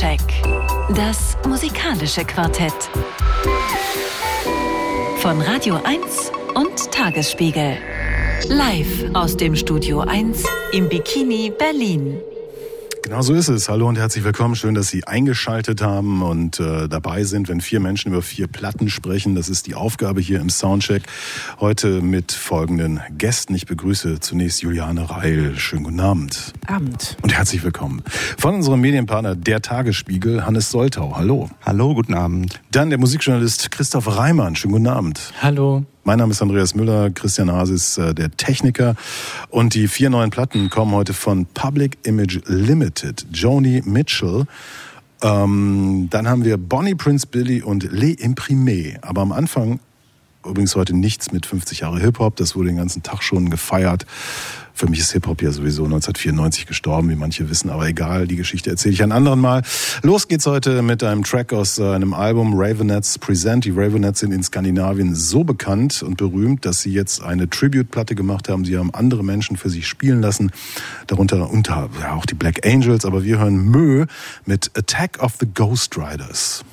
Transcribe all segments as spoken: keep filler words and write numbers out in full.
Soundcheck. Das musikalische Quartett. Von Radio eins und Tagesspiegel. Live aus dem Studio eins im Bikini Berlin. Genau so ist es. Hallo und herzlich willkommen. Schön, dass Sie eingeschaltet haben und äh, dabei sind, wenn vier Menschen über vier Platten sprechen. Das ist die Aufgabe hier im Soundcheck. Heute mit folgenden Gästen. Ich begrüße zunächst Juliane Reil. Schönen guten Abend. Abend. Und herzlich willkommen. Von unserem Medienpartner Der Tagesspiegel, Hannes Soltau. Hallo. Hallo, guten Abend. Dann der Musikjournalist Christoph Reimann. Schönen guten Abend. Hallo. Mein Name ist Andreas Müller, Christian Hase ist äh, der Techniker und die vier neuen Platten kommen heute von Public Image Limited, Joni Mitchell, ähm, dann haben wir Bonnie Prince Billy und Les Imprimés, aber am Anfang übrigens heute nichts mit fünfzig Jahre Hip-Hop, das wurde den ganzen Tag schon gefeiert. Für mich ist Hip-Hop ja sowieso neunzehnhundertvierundneunzig gestorben, wie manche wissen, aber egal, die Geschichte erzähle ich ein anderen Mal. Los geht's heute mit einem Track aus einem Album Raveonettes Present. Die Raveonettes sind in Skandinavien so bekannt und berühmt, dass sie jetzt eine Tribute-Platte gemacht haben. Sie haben andere Menschen für sich spielen lassen, darunter unter ja, auch die Black Angels, aber wir hören Mö mit Attack of the Ghost Riders.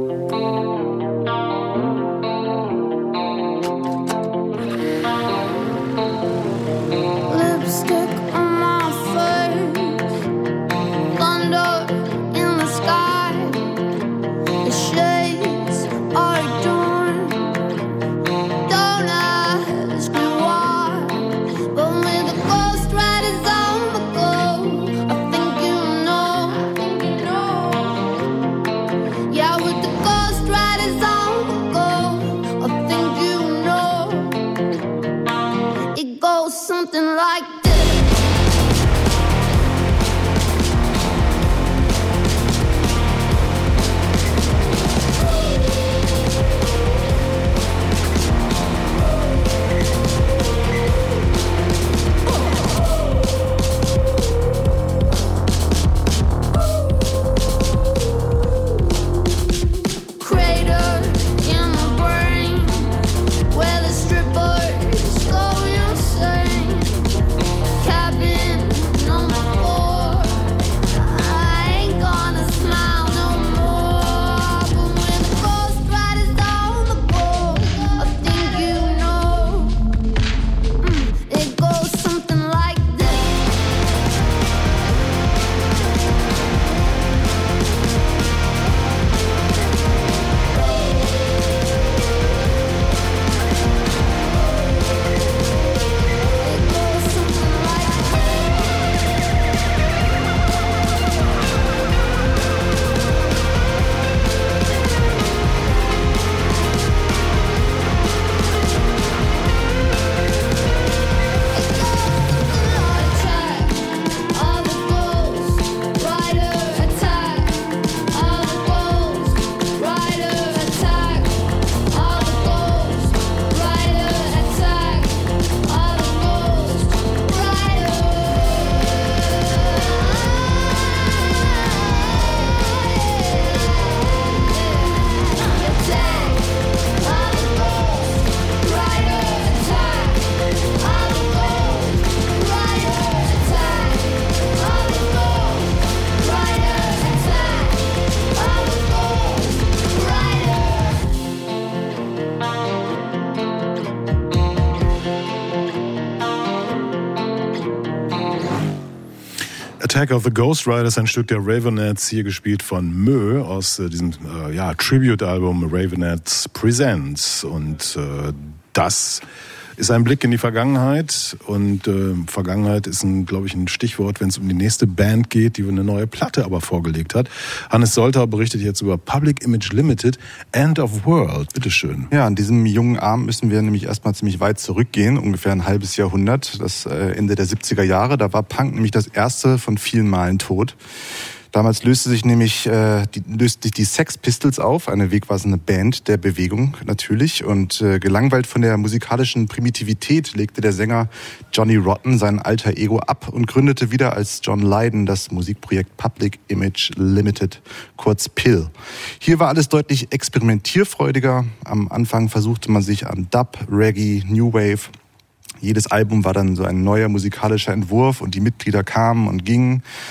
Attack of the Ghost Riders, ein Stück der Raveonettes, hier gespielt von Mö aus äh, diesem äh, ja, Tribute-Album Raveonettes Presents. Und äh, das ist ein Blick in die Vergangenheit. Und äh, Vergangenheit ist, ein, glaube ich, ein Stichwort, wenn es um die nächste Band geht, die eine neue Platte aber vorgelegt hat. Hannes Soltau berichtet jetzt über Public Image Limited, End of World. Bitteschön. Ja, an diesem jungen Arm müssen wir nämlich erstmal ziemlich weit zurückgehen, ungefähr ein halbes Jahrhundert, das äh, Ende der siebziger Jahre. Da war Punk nämlich das erste von vielen Malen tot. Damals löste sich nämlich äh, die, löste sich die Sex Pistols auf, eine wegweisende Band der Bewegung natürlich. Und äh, gelangweilt von der musikalischen Primitivität legte der Sänger Johnny Rotten sein alter Ego ab und gründete wieder als John Lydon das Musikprojekt Public Image Limited, kurz P I L. Hier war alles deutlich experimentierfreudiger. Am Anfang versuchte man sich an Dub, Reggae, New Wave. Jedes Album war dann so ein neuer musikalischer Entwurf und die Mitglieder kamen und gingen.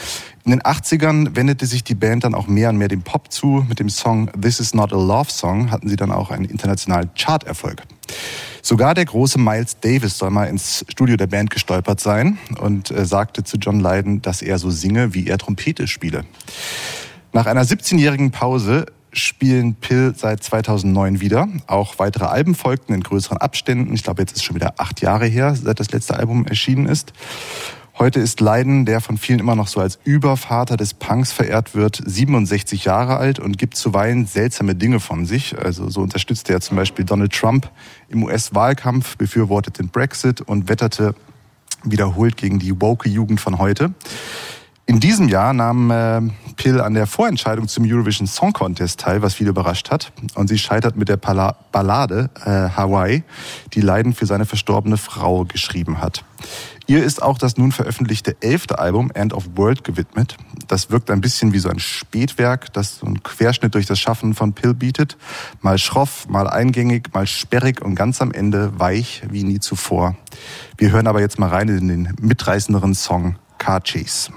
In den achtzigern wendete sich die Band dann auch mehr und mehr dem Pop zu. Mit dem Song This Is Not a Love Song hatten sie dann auch einen internationalen Charterfolg. Sogar der große Miles Davis soll mal ins Studio der Band gestolpert sein und äh, sagte zu John Lydon, dass er so singe, wie er Trompete spiele. Nach einer siebzehnjährigen Pause spielen Pill seit zweitausendneun wieder. Auch weitere Alben folgten in größeren Abständen. Ich glaube, jetzt ist schon wieder acht Jahre her, seit das letzte Album erschienen ist. Heute ist Lydon, der von vielen immer noch so als Übervater des Punks verehrt wird, siebenundsechzig Jahre alt und gibt zuweilen seltsame Dinge von sich. Also so unterstützte er zum Beispiel Donald Trump im U S-Wahlkampf, befürwortet den Brexit und wetterte wiederholt gegen die woke Jugend von heute. In diesem Jahr nahm äh, Pill an der Vorentscheidung zum Eurovision Song Contest teil, was viele überrascht hat. Und sie scheitert mit der Pala- Ballade äh, Hawaii, die Lydon für seine verstorbene Frau geschrieben hat. Ihr ist auch das nun veröffentlichte elfte Album End of World gewidmet. Das wirkt ein bisschen wie so ein Spätwerk, das so einen Querschnitt durch das Schaffen von Pill bietet. Mal schroff, mal eingängig, mal sperrig und ganz am Ende weich wie nie zuvor. Wir hören aber jetzt mal rein in den mitreißenderen Song Car Chase.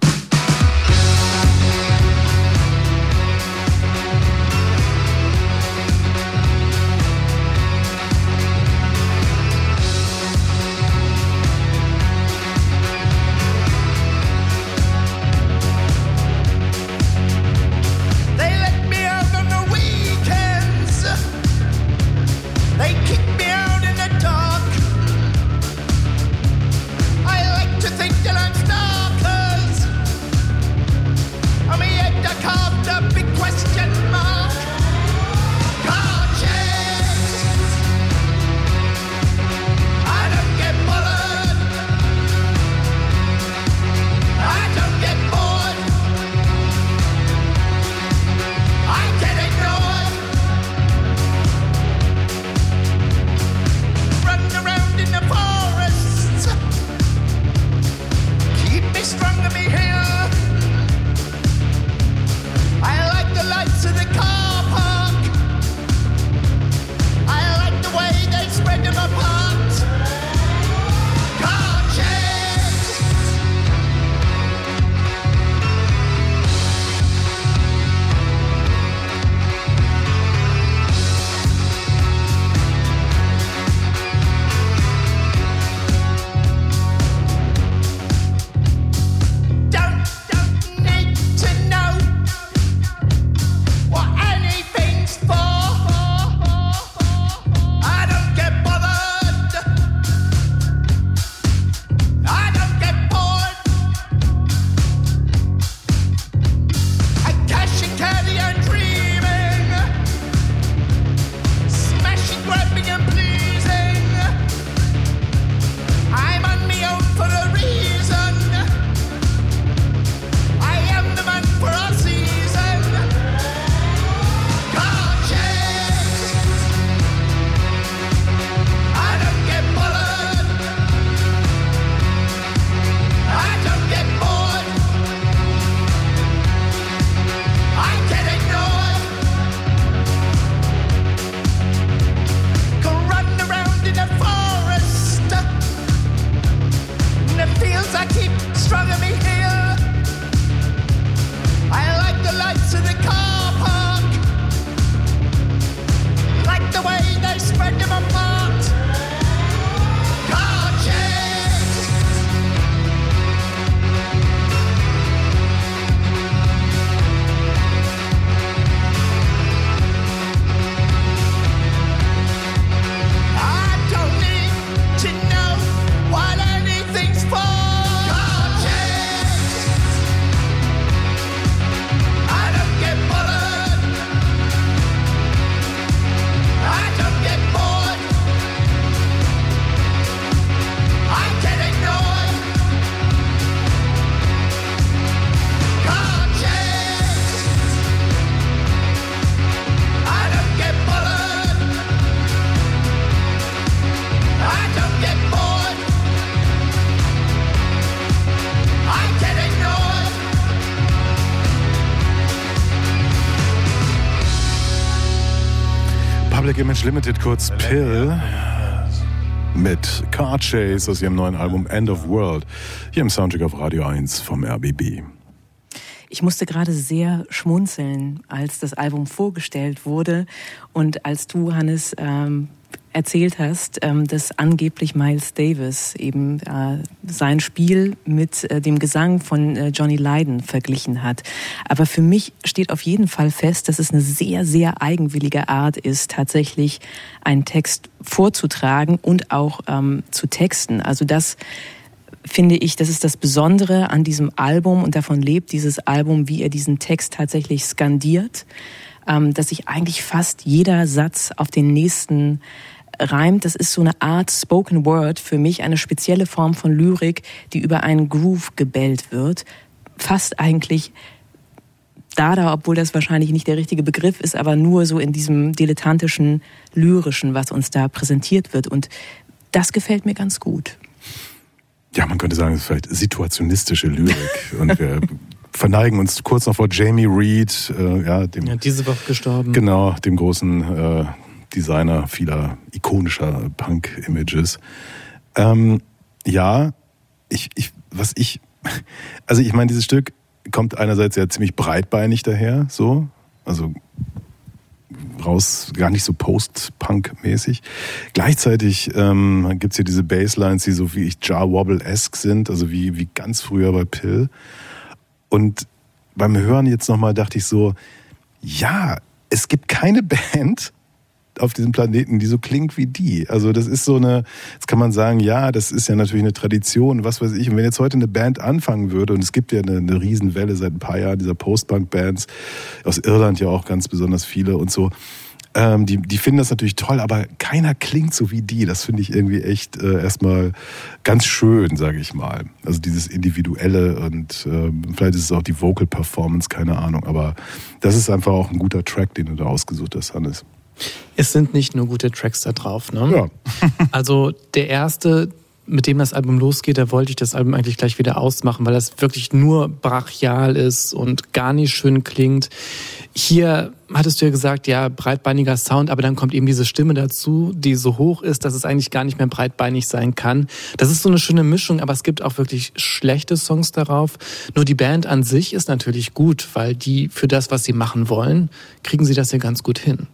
Public Image Limited, kurz Pill, mit Car Chase aus ihrem neuen Album End of World, hier im Soundcheck auf Radio eins vom R B B. Ich musste gerade sehr schmunzeln, als das Album vorgestellt wurde und als du, Hannes, ähm, erzählt hast, ähm, dass angeblich Miles Davis eben äh, sein Spiel mit äh, dem Gesang von äh, Johnny Lydon verglichen hat. Aber für mich steht auf jeden Fall fest, dass es eine sehr, sehr eigenwillige Art ist, tatsächlich einen Text vorzutragen und auch ähm, zu texten. Also das finde ich, das ist das Besondere an diesem Album und davon lebt dieses Album, wie er diesen Text tatsächlich skandiert, ähm, dass sich eigentlich fast jeder Satz auf den nächsten reimt. Das ist so eine Art Spoken Word, für mich eine spezielle Form von Lyrik, die über einen Groove gebellt wird. Fast eigentlich Dada, obwohl das wahrscheinlich nicht der richtige Begriff ist, aber nur so in diesem dilettantischen, lyrischen, was uns da präsentiert wird. Und das gefällt mir ganz gut. Ja, man könnte sagen, es ist vielleicht situationistische Lyrik. Und wir verneigen uns kurz noch vor Jamie Reed, äh, ja, dem, ja, diese Woche gestorben. Genau, dem großen äh, Designer vieler ikonischer Punk-Images. Ähm, ja, ich, ich, was ich, also ich meine, dieses Stück kommt einerseits ja ziemlich breitbeinig daher, so, also raus, gar nicht so Post-Punk-mäßig. Gleichzeitig ähm, gibt's hier diese Basslines, die so wie ich Jar Wobble-esque sind, also wie, wie ganz früher bei Pill. Und beim Hören jetzt nochmal dachte ich so, ja, es gibt keine Band auf diesem Planeten, die so klingt wie die. Also das ist so eine, jetzt kann man sagen, ja, das ist ja natürlich eine Tradition, was weiß ich. Und wenn jetzt heute eine Band anfangen würde, und es gibt ja eine, eine Riesenwelle seit ein paar Jahren dieser Post-Punk-Bands, aus Irland ja auch ganz besonders viele und so, ähm, die, die finden das natürlich toll, aber keiner klingt so wie die. Das finde ich irgendwie echt äh, erstmal ganz schön, sage ich mal. Also dieses Individuelle und äh, vielleicht ist es auch die Vocal Performance, keine Ahnung. Aber das ist einfach auch ein guter Track, den du da ausgesucht hast, Hannes. Es sind nicht nur gute Tracks da drauf, ne? Ja. Also der erste, mit dem das Album losgeht, da wollte ich das Album eigentlich gleich wieder ausmachen, weil das wirklich nur brachial ist und gar nicht schön klingt. Hier hattest du ja gesagt, ja, breitbeiniger Sound, aber dann kommt eben diese Stimme dazu, die so hoch ist, dass es eigentlich gar nicht mehr breitbeinig sein kann. Das ist so eine schöne Mischung, aber es gibt auch wirklich schlechte Songs darauf. Nur die Band an sich ist natürlich gut, weil die für das, was sie machen wollen, kriegen sie das ja ganz gut hin.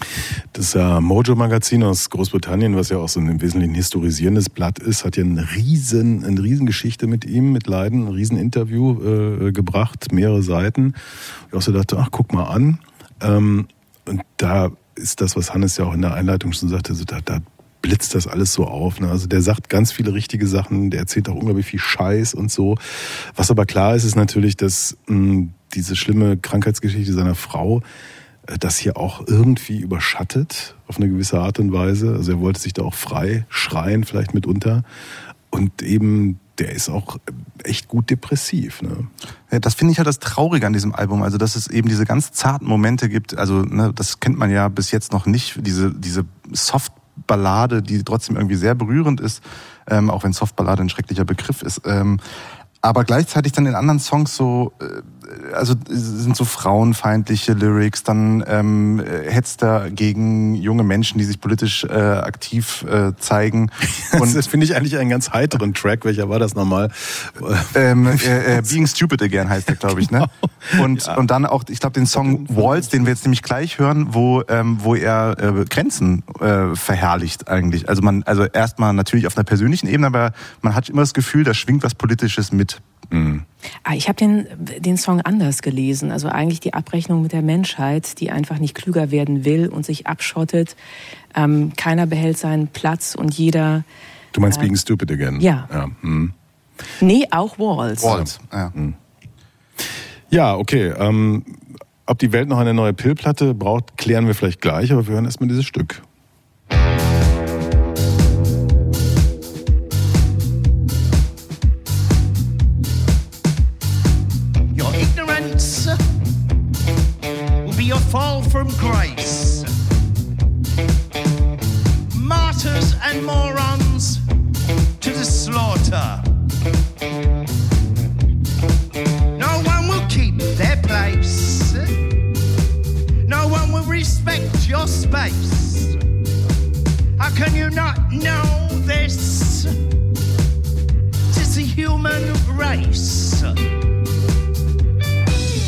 Das äh, Mojo-Magazin aus Großbritannien, was ja auch so ein im Wesentlichen historisierendes Blatt ist, hat ja eine riesen, eine riesen Geschichte mit ihm, mit Lydon, ein riesen Interview äh, gebracht, mehrere Seiten. Ich auch so dachte, ach, guck mal an. Ähm, und da ist das, was Hannes ja auch in der Einleitung schon sagte, so, da, da blitzt das alles so auf. Ne? Also der sagt ganz viele richtige Sachen, der erzählt auch unglaublich viel Scheiß und so. Was aber klar ist, ist natürlich, dass mh, diese schlimme Krankheitsgeschichte seiner Frau das hier auch irgendwie überschattet, auf eine gewisse Art und Weise. Also er wollte sich da auch frei schreien, vielleicht mitunter. Und eben, der ist auch echt gut depressiv. Ne? Ja, das finde ich halt das Traurige an diesem Album. Also, dass es eben diese ganz zarten Momente gibt. Also, ne, das kennt man ja bis jetzt noch nicht. Diese, diese Soft-Ballade, die trotzdem irgendwie sehr berührend ist. Ähm, auch wenn Soft-Ballade ein schrecklicher Begriff ist. Ähm, aber gleichzeitig dann in anderen Songs so, also sind so frauenfeindliche Lyrics, dann ähm, hetzt er gegen junge Menschen, die sich politisch äh, aktiv äh, zeigen. Und das finde ich eigentlich einen ganz heiteren Track. Welcher war das nochmal? Ähm, äh, äh, Being Stupid Again heißt der, glaube ich, ne? Und ja. Und dann auch, ich glaube, den Song Waltz, den wir jetzt nämlich gleich hören, wo ähm, wo er äh, Grenzen äh, verherrlicht eigentlich. Also man, also erstmal natürlich auf einer persönlichen Ebene, aber man hat immer das Gefühl, da schwingt was Politisches mit. Mhm. Ich habe den, den Song anders gelesen. Also eigentlich die Abrechnung mit der Menschheit, die einfach nicht klüger werden will und sich abschottet. Ähm, keiner behält seinen Platz und jeder... Du meinst äh, Being Stupid Again? Ja. ja. Hm. Nee, auch Waltz. Waltz, ja. Hm. Ja, okay. Ähm, ob die Welt noch eine neue Pill-Platte braucht, klären wir vielleicht gleich, aber wir hören erstmal dieses Stück. Your fall from grace. Martyrs and morons to the slaughter. No one will keep their place. No one will respect your space. How can you not know this? It's a human race.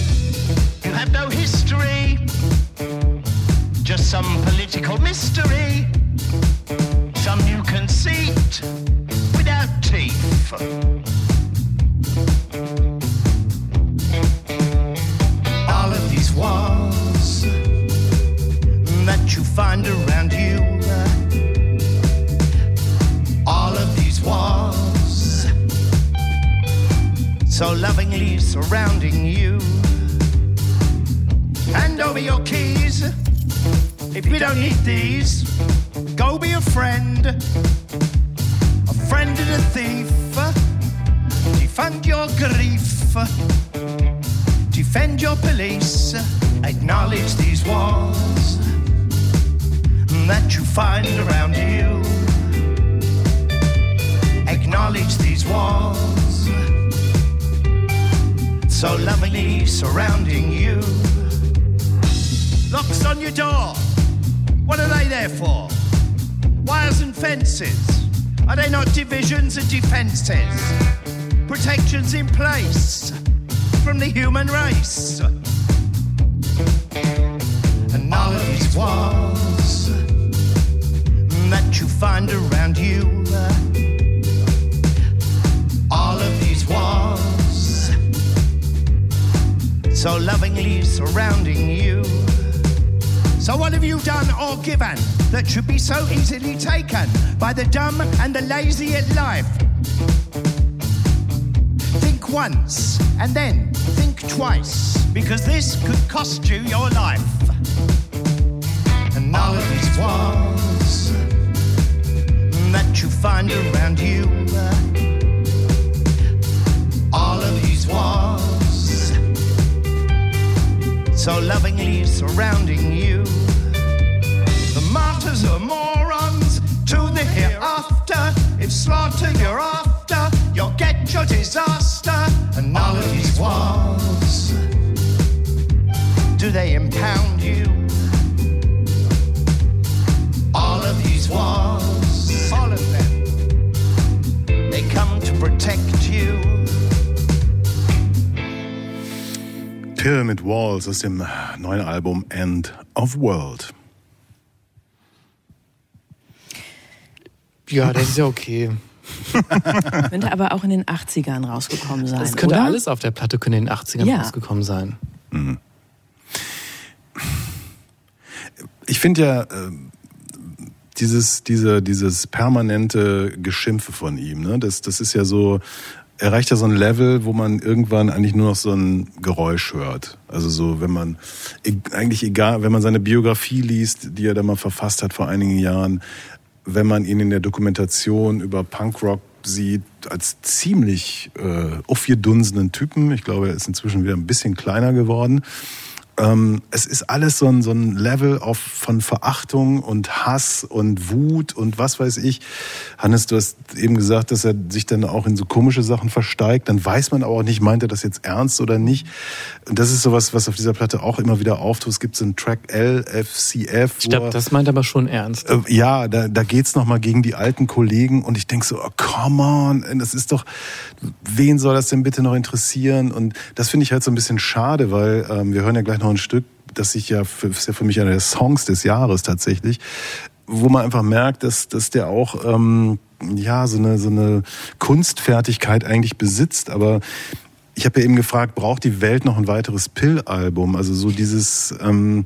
have no history, just some political mystery, some new conceit without teeth. All of these walls that you find around you, all of these walls so lovingly surrounding you. Hand over your keys. If you don't need these, go be a friend. A friend of the thief. Defend your grief. Defend your police. Acknowledge these walls that you find around you. Acknowledge these walls so lovingly surrounding you. Locks on your door. What are they there for? Wires and fences. Are they not divisions and defences? Protections in place from the human race. And all of these walls that you find around you, all of these walls so lovingly surrounding you. So what have you done or given that should be so easily taken by the dumb and the lazy at life? Think once and then think twice, because this could cost you your life. And all of these walls that you find around you, all of these walls so lovingly surrounding you. The martyrs are morons to the hereafter. If slaughter you're after, you'll get your disaster. And all of these walls, do they impound you? All of these walls, all of them, they come to protect you. Pyramid Walls aus dem neuen Album End of World. Ja, das ist ja okay. Könnte aber auch in den achtzigern rausgekommen sein, Das könnte oder? alles auf der Platte könnte in den achtzigern Ja. rausgekommen sein. Mhm. Ich finde ja äh, dieses, diese, dieses permanente Geschimpfe von ihm, ne? das, das ist ja so, erreicht ja so ein Level, wo man irgendwann eigentlich nur noch so ein Geräusch hört. Also so, wenn man, eigentlich egal, wenn man seine Biografie liest, die er da mal verfasst hat vor einigen Jahren, wenn man ihn in der Dokumentation über Punkrock sieht, als ziemlich äh, aufgedunsenen Typen. Ich glaube, er ist inzwischen wieder ein bisschen kleiner geworden. Ähm, es ist alles so ein, so ein Level auf, von Verachtung und Hass und Wut und was weiß ich. Hannes, du hast eben gesagt, dass er sich dann auch in so komische Sachen versteigt. Dann weiß man aber auch nicht, meint er das jetzt ernst oder nicht. Und das ist sowas, was auf dieser Platte auch immer wieder auftaucht. Es gibt so einen Track L F C F. Ich glaube, das meint aber schon ernst. Äh, ja, da, da geht's nochmal gegen die alten Kollegen und ich denk so, oh, come on, das ist doch, wen soll das denn bitte noch interessieren? Und das finde ich halt so ein bisschen schade, weil ähm, wir hören ja gleich noch ein Stück, das ich ja für, ist ja für mich einer der Songs des Jahres tatsächlich, wo man einfach merkt, dass, dass der auch ähm, ja so eine, so eine Kunstfertigkeit eigentlich besitzt. Aber ich habe ja eben gefragt, braucht die Welt noch ein weiteres Pill-Album? Also so dieses, ähm,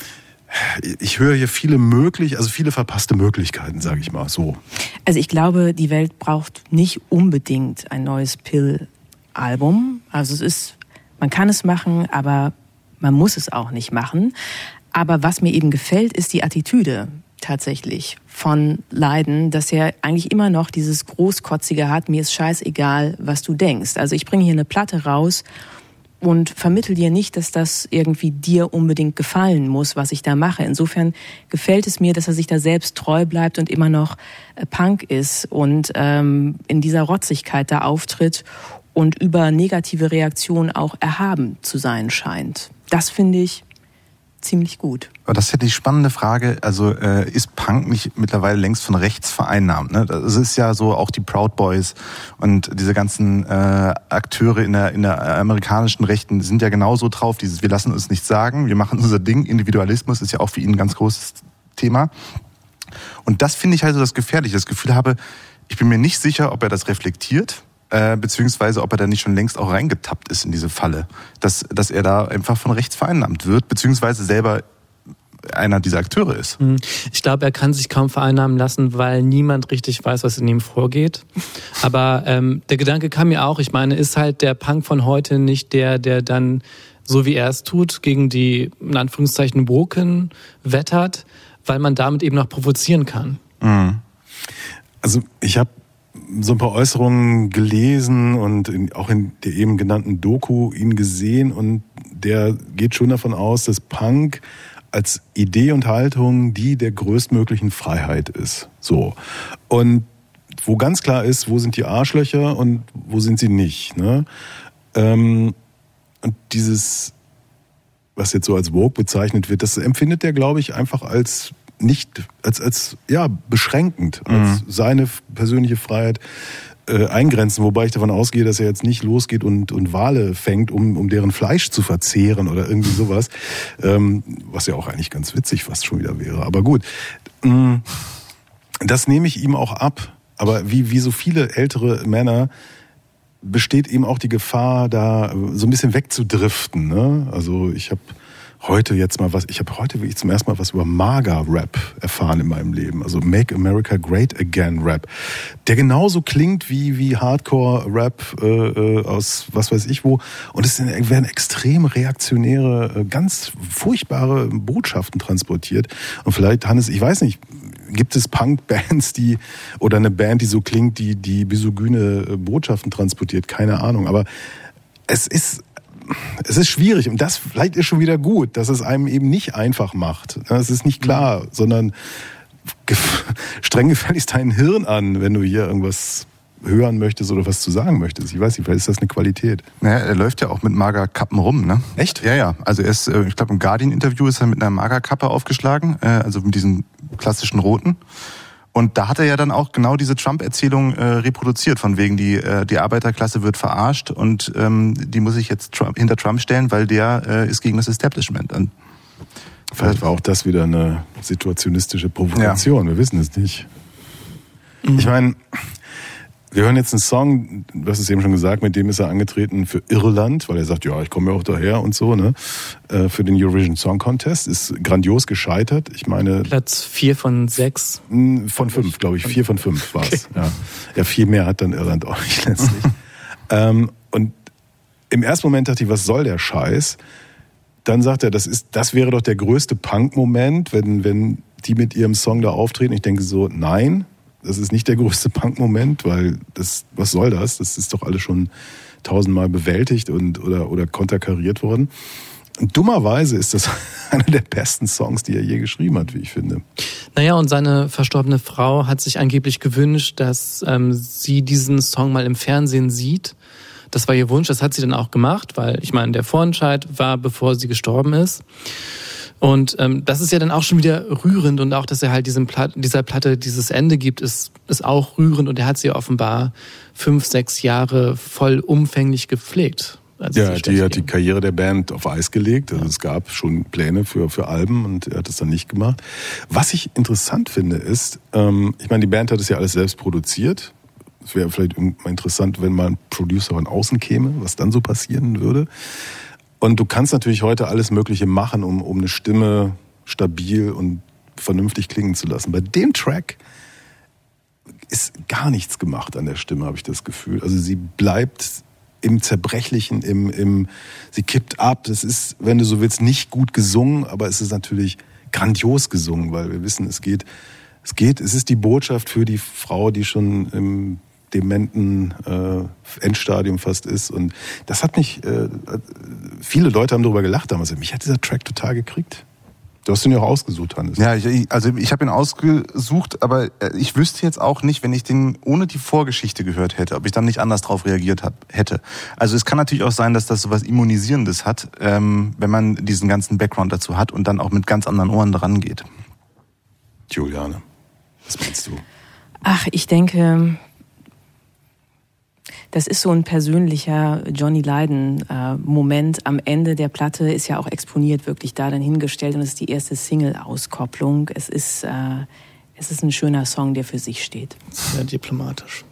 ich höre hier viele möglich, also viele verpasste Möglichkeiten, sage ich mal so. Also ich glaube, die Welt braucht nicht unbedingt ein neues Pill-Album. Also es ist, man kann es machen, aber man muss es auch nicht machen. Aber was mir eben gefällt, ist die Attitüde tatsächlich von Leiden, dass er eigentlich immer noch dieses Großkotzige hat, mir ist scheißegal, was du denkst. Also ich bringe hier eine Platte raus und vermittel dir nicht, dass das irgendwie dir unbedingt gefallen muss, was ich da mache. Insofern gefällt es mir, dass er sich da selbst treu bleibt und immer noch Punk ist und ähm, in dieser Rotzigkeit da auftritt und über negative Reaktionen auch erhaben zu sein scheint. Das finde ich ziemlich gut. Aber das ist ja die spannende Frage, also äh, ist Punk nicht mittlerweile längst von rechts vereinnahmt? Ne? Das ist ja so, auch die Proud Boys und diese ganzen äh, Akteure in der, in der amerikanischen Rechten sind ja genauso drauf, dieses wir lassen uns nichts sagen, wir machen unser Ding, Individualismus ist ja auch für ihn ein ganz großes Thema. Und das finde ich halt so das Gefährliche, das Gefühl habe, ich bin mir nicht sicher, ob er das reflektiert, Äh, beziehungsweise ob er da nicht schon längst auch reingetappt ist in diese Falle, dass, dass er da einfach von rechts vereinnahmt wird, beziehungsweise selber einer dieser Akteure ist. Ich glaube, er kann sich kaum vereinnahmen lassen, weil niemand richtig weiß, was in ihm vorgeht. Aber ähm, der Gedanke kam mir auch, ich meine, ist halt der Punk von heute nicht der, der dann, so wie er es tut, gegen die, in Anführungszeichen, Woken wettert, weil man damit eben noch provozieren kann. Mhm. Also ich habe so ein paar Äußerungen gelesen und in, auch in der eben genannten Doku ihn gesehen und der geht schon davon aus, dass Punk als Idee und Haltung die der größtmöglichen Freiheit ist. So. Und wo ganz klar ist, wo sind die Arschlöcher und wo sind sie nicht. Ne? Ähm, und dieses, was jetzt so als Woke bezeichnet wird, das empfindet er, glaube ich, einfach als nicht als als ja beschränkend, als mhm. seine persönliche Freiheit äh, eingrenzen, wobei ich davon ausgehe, dass er jetzt nicht losgeht und und Wale fängt, um um deren Fleisch zu verzehren oder irgendwie sowas, ähm, was ja auch eigentlich ganz witzig fast schon wieder wäre. Aber gut, mh, das nehme ich ihm auch ab. Aber wie wie so viele ältere Männer besteht eben auch die Gefahr, da so ein bisschen wegzudriften. Ne? Also ich habe heute jetzt mal was, ich habe heute wirklich zum ersten Mal was über MAGA-Rap erfahren in meinem Leben, also Make America Great Again Rap, der genauso klingt wie wie Hardcore-Rap äh, aus was weiß ich wo und es werden extrem reaktionäre, äh, ganz furchtbare Botschaften transportiert und vielleicht, Hannes, ich weiß nicht, gibt es Punk-Bands, die oder eine Band, die so klingt, die die misogyne Botschaften transportiert, keine Ahnung, aber es ist Es ist schwierig und das vielleicht ist schon wieder gut, dass es einem eben nicht einfach macht. Es ist nicht klar, sondern streng gefälligst dein Hirn an, wenn du hier irgendwas hören möchtest oder was zu sagen möchtest. Ich weiß nicht, vielleicht ist das eine Qualität. Naja, er läuft ja auch mit Magerkappen rum, ne? Echt? Ja, ja. Also er ist, ich glaube im Guardian-Interview ist er mit einer Magerkappe aufgeschlagen, also mit diesen klassischen roten. Und da hat er ja dann auch genau diese Trump-Erzählung äh, reproduziert, von wegen die äh, die Arbeiterklasse wird verarscht und ähm, die muss sich jetzt Trump, hinter Trump stellen, weil der äh, ist gegen das Establishment. Und vielleicht war auch das wieder eine situationistische Provokation, ja. Wir wissen es nicht. Mhm. Ich meine, wir hören jetzt einen Song, du hast es eben schon gesagt, mit dem ist er angetreten für Irland, weil er sagt, ja, ich komme ja auch daher und so, ne? Für den Eurovision Song Contest, ist grandios gescheitert. Ich meine... Platz vier von sechs. Von fünf, glaube ich. Vier von fünf war es. Okay. Ja. ja, viel mehr hat dann Irland auch nicht letztlich. ähm, und im ersten Moment dachte ich, was soll der Scheiß? Dann sagt er, das ist, das wäre doch der größte Punk-Moment, wenn, wenn die mit ihrem Song da auftreten. Ich denke so, nein, das ist nicht der größte Punk-Moment, weil das, was soll das? Das ist doch alles schon tausendmal bewältigt und oder oder konterkariert worden. Und dummerweise ist das einer der besten Songs, die er je geschrieben hat, wie ich finde. Naja, und seine verstorbene Frau hat sich angeblich gewünscht, dass ähm, sie diesen Song mal im Fernsehen sieht. Das war ihr Wunsch, das hat sie dann auch gemacht, weil ich meine, der Vorentscheid war, bevor sie gestorben ist. Und ähm, das ist ja dann auch schon wieder rührend und auch, dass er halt diesem Platte, dieser Platte dieses Ende gibt, ist, ist auch rührend und er hat sie offenbar fünf, sechs Jahre vollumfänglich gepflegt. Ja, die hat die Karriere der Band auf Eis gelegt. Also ja. Es gab schon Pläne für, für Alben und er hat es dann nicht gemacht. Was ich interessant finde ist, ähm, ich meine, die Band hat es ja alles selbst produziert. Es wäre vielleicht interessant, wenn mal ein Producer von außen käme, was dann so passieren würde. Und du kannst natürlich heute alles Mögliche machen, um, um eine Stimme stabil und vernünftig klingen zu lassen. Bei dem Track ist gar nichts gemacht an der Stimme, habe ich das Gefühl. Also sie bleibt im Zerbrechlichen, im, im, sie kippt ab. Das ist, wenn du so willst, nicht gut gesungen, aber es ist natürlich grandios gesungen, weil wir wissen, es geht, es geht, es ist die Botschaft für die Frau, die schon im dementen äh, Endstadium fast ist. Und das hat mich, äh, viele Leute haben darüber gelacht damals. Mich hat dieser Track total gekriegt. Du hast ihn ja auch ausgesucht, Hannes. Ja, ich, also ich habe ihn ausgesucht, aber ich wüsste jetzt auch nicht, wenn ich den ohne die Vorgeschichte gehört hätte, ob ich dann nicht anders drauf reagiert hab, hätte. Also es kann natürlich auch sein, dass das so was Immunisierendes hat, ähm, wenn man diesen ganzen Background dazu hat und dann auch mit ganz anderen Ohren dran geht. Juliane, was meinst du? Ach, ich denke, das ist so ein persönlicher Johnny Lydon-Moment. Äh, Am Ende der Platte ist ja auch exponiert wirklich da dann hingestellt und es ist die erste Single-Auskopplung. Es ist, äh, es ist ein schöner Song, der für sich steht. Sehr diplomatisch.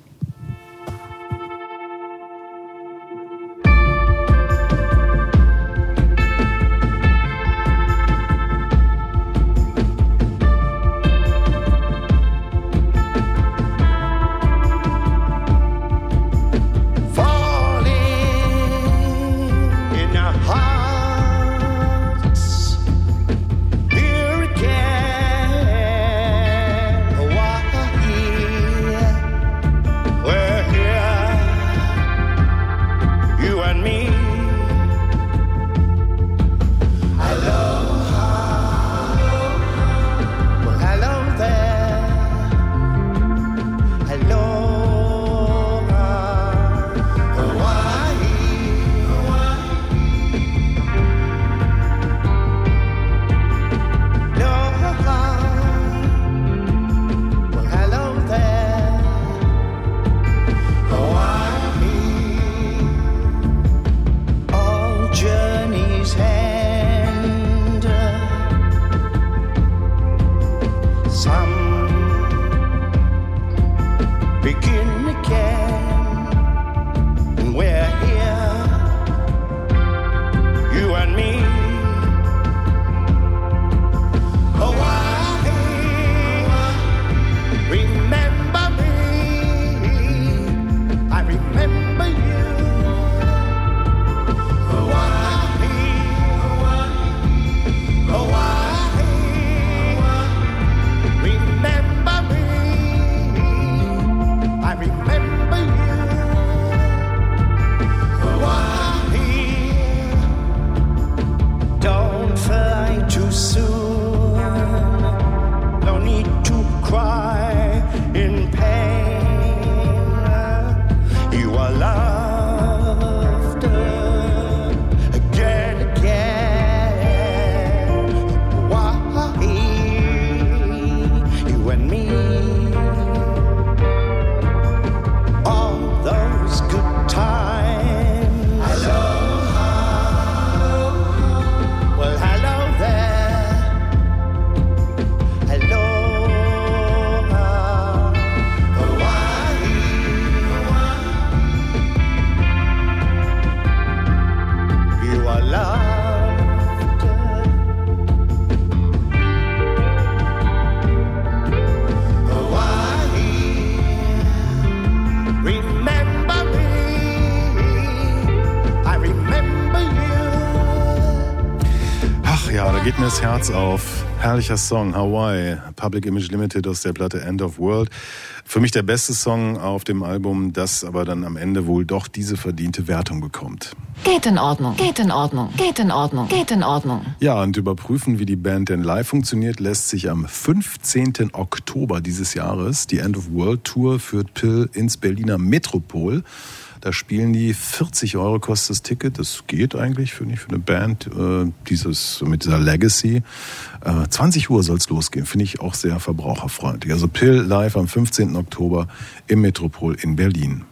Geht mir das Herz auf. Herrlicher Song, Hawaii, Public Image Limited aus der Platte End of World. Für mich der beste Song auf dem Album, das aber dann am Ende wohl doch diese verdiente Wertung bekommt. Geht in Ordnung, geht in Ordnung, geht in Ordnung, geht in Ordnung. Ja, und überprüfen, wie die Band denn live funktioniert, lässt sich am fünfzehnten Oktober dieses Jahres. Die End of World Tour führt Pill ins Berliner Metropol. Da spielen die, vierzig Euro kostet das Ticket. Das geht eigentlich, finde ich, für eine Band, äh, dieses, mit dieser Legacy. Äh, zwanzig Uhr soll es losgehen, finde ich auch sehr verbraucherfreundlich. Also Pill live am fünfzehnten Oktober im Metropol in Berlin.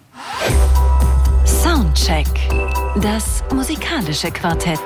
Soundcheck. Das musikalische Quartett.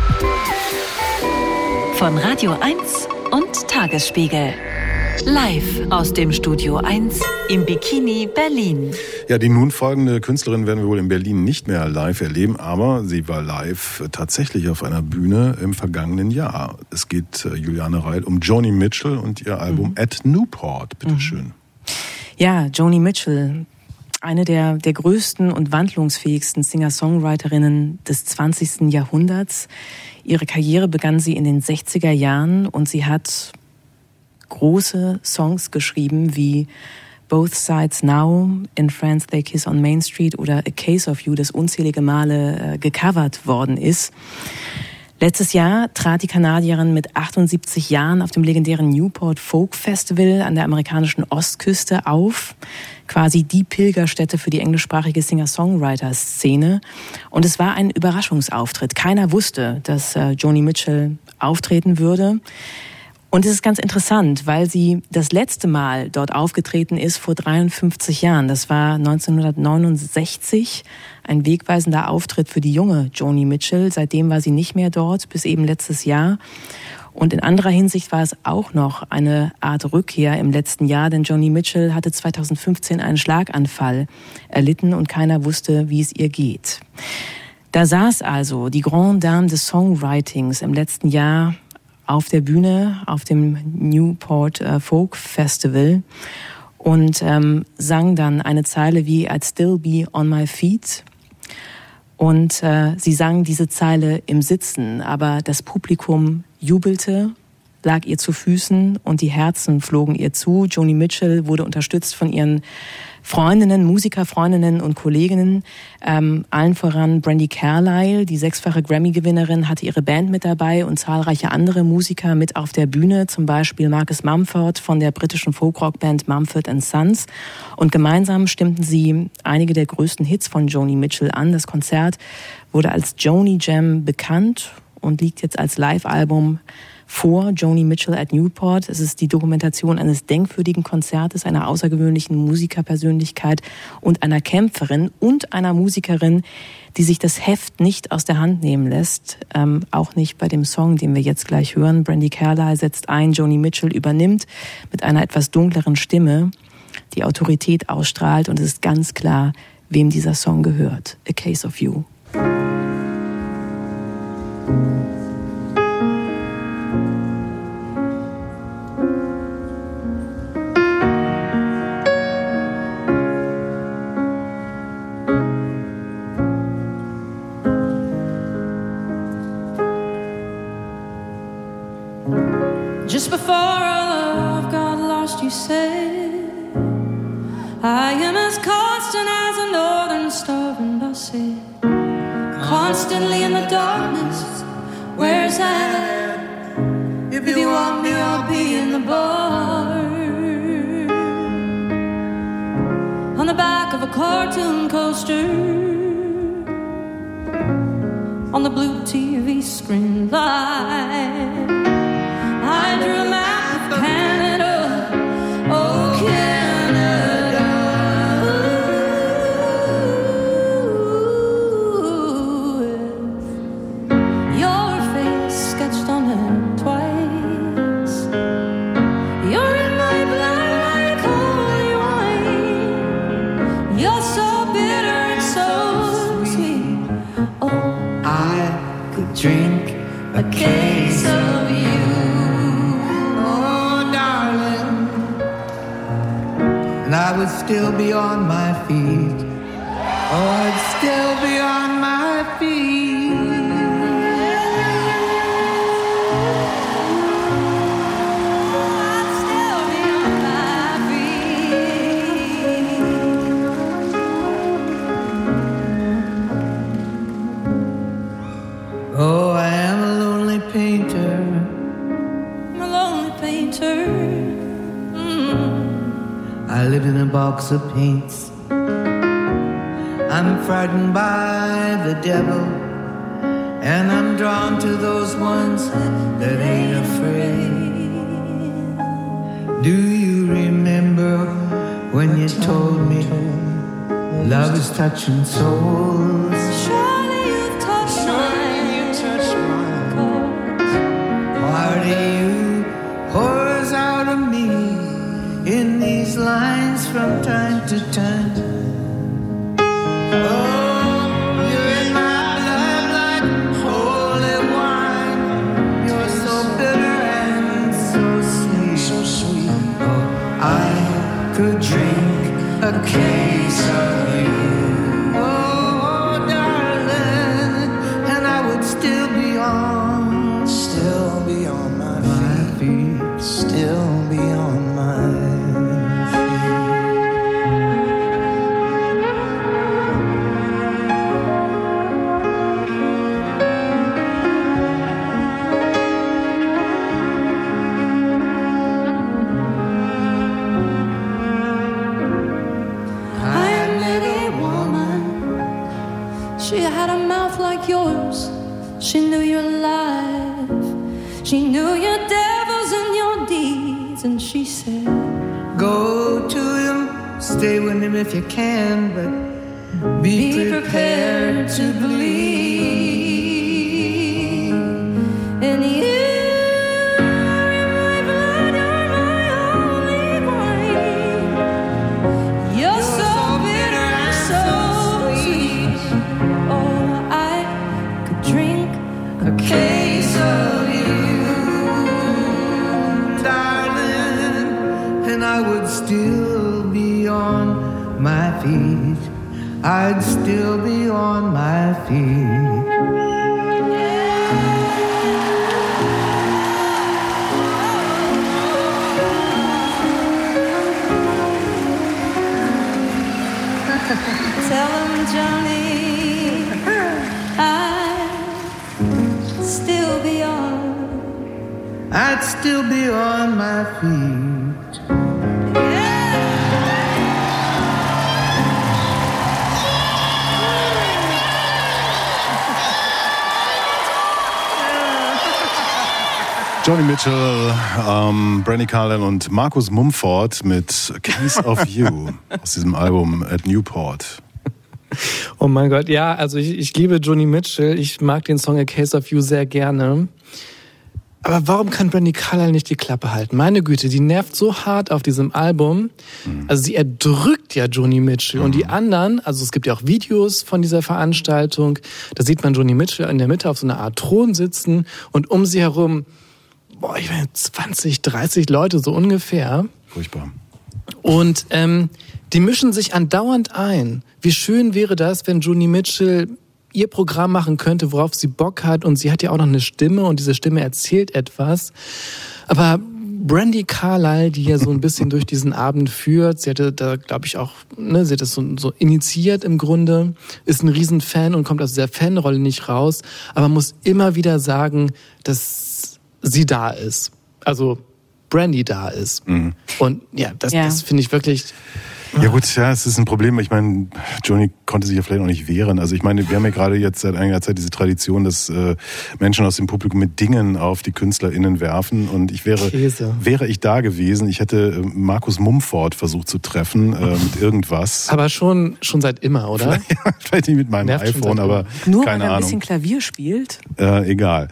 Von Radio eins und Tagesspiegel. Live aus dem Studio eins im Bikini Berlin. Ja, die nun folgende Künstlerin werden wir wohl in Berlin nicht mehr live erleben, aber sie war live tatsächlich auf einer Bühne im vergangenen Jahr. Es geht, äh, Juliane Reil, um Joni Mitchell und ihr Album mhm. At Newport. Bitte schön. Mhm. Ja, Joni Mitchell, eine der, der größten und wandlungsfähigsten Singer-Songwriterinnen des zwanzigsten Jahrhunderts. Ihre Karriere begann sie in den sechziger Jahren und sie hat große Songs geschrieben wie Both Sides Now, In France They Kiss on Main Street oder A Case of You, das unzählige Male äh, gecovert worden ist. Letztes Jahr trat die Kanadierin mit achtundsiebzig Jahren auf dem legendären Newport Folk Festival an der amerikanischen Ostküste auf. Quasi die Pilgerstätte für die englischsprachige Singer-Songwriter-Szene. Und es war ein Überraschungsauftritt. Keiner wusste, dass äh, Joni Mitchell auftreten würde. Und es ist ganz interessant, weil sie das letzte Mal dort aufgetreten ist vor dreiundfünfzig Jahren. Das war neunzehnhundertneunundsechzig, ein wegweisender Auftritt für die junge Joni Mitchell. Seitdem war sie nicht mehr dort, bis eben letztes Jahr. Und in anderer Hinsicht war es auch noch eine Art Rückkehr im letzten Jahr, denn Joni Mitchell hatte zweitausendfünfzehn einen Schlaganfall erlitten und keiner wusste, wie es ihr geht. Da saß also die Grande Dame des Songwritings im letzten Jahr auf der Bühne, auf dem Newport äh, Folk Festival und ähm, sang dann eine Zeile wie I'd still be on my feet. Und äh, sie sang diese Zeile im Sitzen, aber das Publikum jubelte, lag ihr zu Füßen und die Herzen flogen ihr zu. Joni Mitchell wurde unterstützt von ihren Freundinnen, Musikerfreundinnen und Kolleginnen, ähm, allen voran Brandi Carlile, die sechsfache Grammy-Gewinnerin, hatte ihre Band mit dabei und zahlreiche andere Musiker mit auf der Bühne, zum Beispiel Marcus Mumford von der britischen Folkrock-Band Mumford and Sons. Und gemeinsam stimmten sie einige der größten Hits von Joni Mitchell an. Das Konzert wurde als Joni Jam bekannt und liegt jetzt als Live-Album vor, Joni Mitchell at Newport. Es ist die Dokumentation eines denkwürdigen Konzertes, einer außergewöhnlichen Musikerpersönlichkeit und einer Kämpferin und einer Musikerin, die sich das Heft nicht aus der Hand nehmen lässt. Ähm, auch nicht bei dem Song, den wir jetzt gleich hören. Brandi Carlile setzt ein, Joni Mitchell übernimmt mit einer etwas dunkleren Stimme, die Autorität ausstrahlt und es ist ganz klar, wem dieser Song gehört. A Case of You. Just before our love got lost, you said, I am as constant as a northern starving busset, constantly in the darkness. Where's that? If you want me, I'll be in the bar, on the back of a cartoon coaster, on the blue T V screen light. I drew a map of Canada, oh Canada. Ooh, your face sketched on it twice. You're in my blood like holy wine. You're so bitter and so sweet. Oh, I could drink a case of you. And I would still be on my feet. Oh, I'd still be on my feet. I'd still be on my feet. Oh, I am a lonely painter. I'm a lonely painter. I live in a box of paints. I'm frightened by the devil, and I'm drawn to those ones that ain't afraid. Do you remember when you told me love is touching souls? Surely you've touched mine. You touched mine. Part of you pours out of me in these lines from time to time. Oh, you're in my blood like holy wine. You're so bitter and so sweet, so sweet. Oh, I could drink a case of you. Oh, She knew your devils and your deeds, and she said, Go to him, stay with him if you can, but be, Be prepared, prepared to to bleed. and you are my blood, you're my only wine. You're so bitter and so sweet. Oh, I could drink a case of you. Darling, and I would still be on my feet. I'd still be on my feet. Tell him, Johnny, I'd still be on. I'd still be on my feet. Joni Mitchell, ähm, Brandy Carlile und Markus Mumford mit Case of You aus diesem Album at Newport. Oh mein Gott, ja, also ich, ich liebe Joni Mitchell, ich mag den Song A Case of You sehr gerne. Aber warum kann Brandy Carlile nicht die Klappe halten? Meine Güte, die nervt so hart auf diesem Album. Also sie erdrückt ja Joni Mitchell. Und die anderen, also es gibt ja auch Videos von dieser Veranstaltung, da sieht man Joni Mitchell in der Mitte auf so einer Art Thron sitzen und um sie herum, boah, ich meine zwanzig, dreißig Leute so ungefähr. Furchtbar. Und ähm, die mischen sich andauernd ein. Wie schön wäre das, wenn Joni Mitchell ihr Programm machen könnte, worauf sie Bock hat. Und sie hat ja auch noch eine Stimme und diese Stimme erzählt etwas. Aber Brandy Carlile, die ja so ein bisschen durch diesen Abend führt, sie hatte da, glaube ich, auch, ne, sie hat das so, so initiiert im Grunde, ist ein Riesenfan und kommt aus dieser Fanrolle nicht raus, aber muss immer wieder sagen, dass sie da ist. Also Brandy da ist. Mhm. Und ja, das, Ja. das finde ich wirklich... Ja gut, ja, es ist ein Problem. Ich meine, Joni konnte sich ja vielleicht auch nicht wehren. Also ich meine, wir haben ja gerade jetzt seit einiger Zeit diese Tradition, dass äh, Menschen aus dem Publikum mit Dingen auf die KünstlerInnen werfen. Und ich wäre, Käse. wäre ich da gewesen, ich hätte äh, Markus Mumford versucht zu treffen äh, mit irgendwas. Aber schon, schon seit immer, oder? Vielleicht, vielleicht nicht mit meinem Nervt schon iPhone, seit aber immer. Nur keine weil er ein Ahnung. bisschen Klavier spielt. Äh, egal.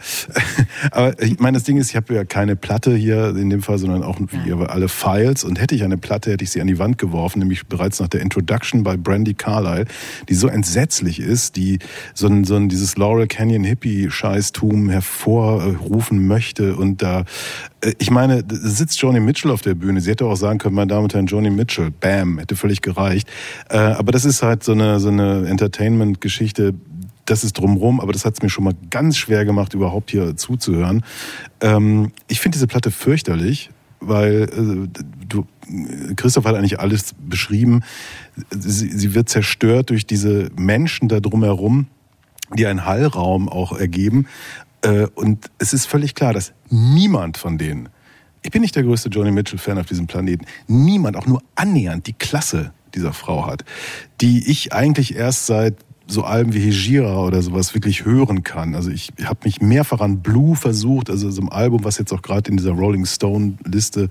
Aber ich meine, das Ding ist, ich habe ja keine Platte hier in dem Fall, sondern auch wie alle Files. Und hätte ich eine Platte, hätte ich sie an die Wand geworfen, nämlich bereits nach der Introduction bei Brandy Carlile, die so entsetzlich ist, die so ein, so ein dieses Laurel Canyon Hippie-Scheißtum hervorrufen möchte. Und da, äh, ich meine, da sitzt Joni Mitchell auf der Bühne. Sie hätte auch sagen können, meine Damen und Herren, Joni Mitchell, bam, hätte völlig gereicht. Äh, aber das ist halt so eine, so eine Entertainment-Geschichte. Das ist drumrum, aber das hat es mir schon mal ganz schwer gemacht, überhaupt hier zuzuhören. Ähm, ich finde diese Platte fürchterlich, weil äh, du, Christoph hat eigentlich alles beschrieben. Sie, sie wird zerstört durch diese Menschen da drumherum, die einen Hallraum auch ergeben. Äh, und es ist völlig klar, dass niemand von denen, ich bin nicht der größte Joni Mitchell-Fan auf diesem Planeten, niemand auch nur annähernd die Klasse dieser Frau hat, die ich eigentlich erst seit so Alben wie Hejira oder sowas wirklich hören kann. Also ich habe mich mehrfach an Blue versucht, also so ein Album, was jetzt auch gerade in dieser Rolling Stone Liste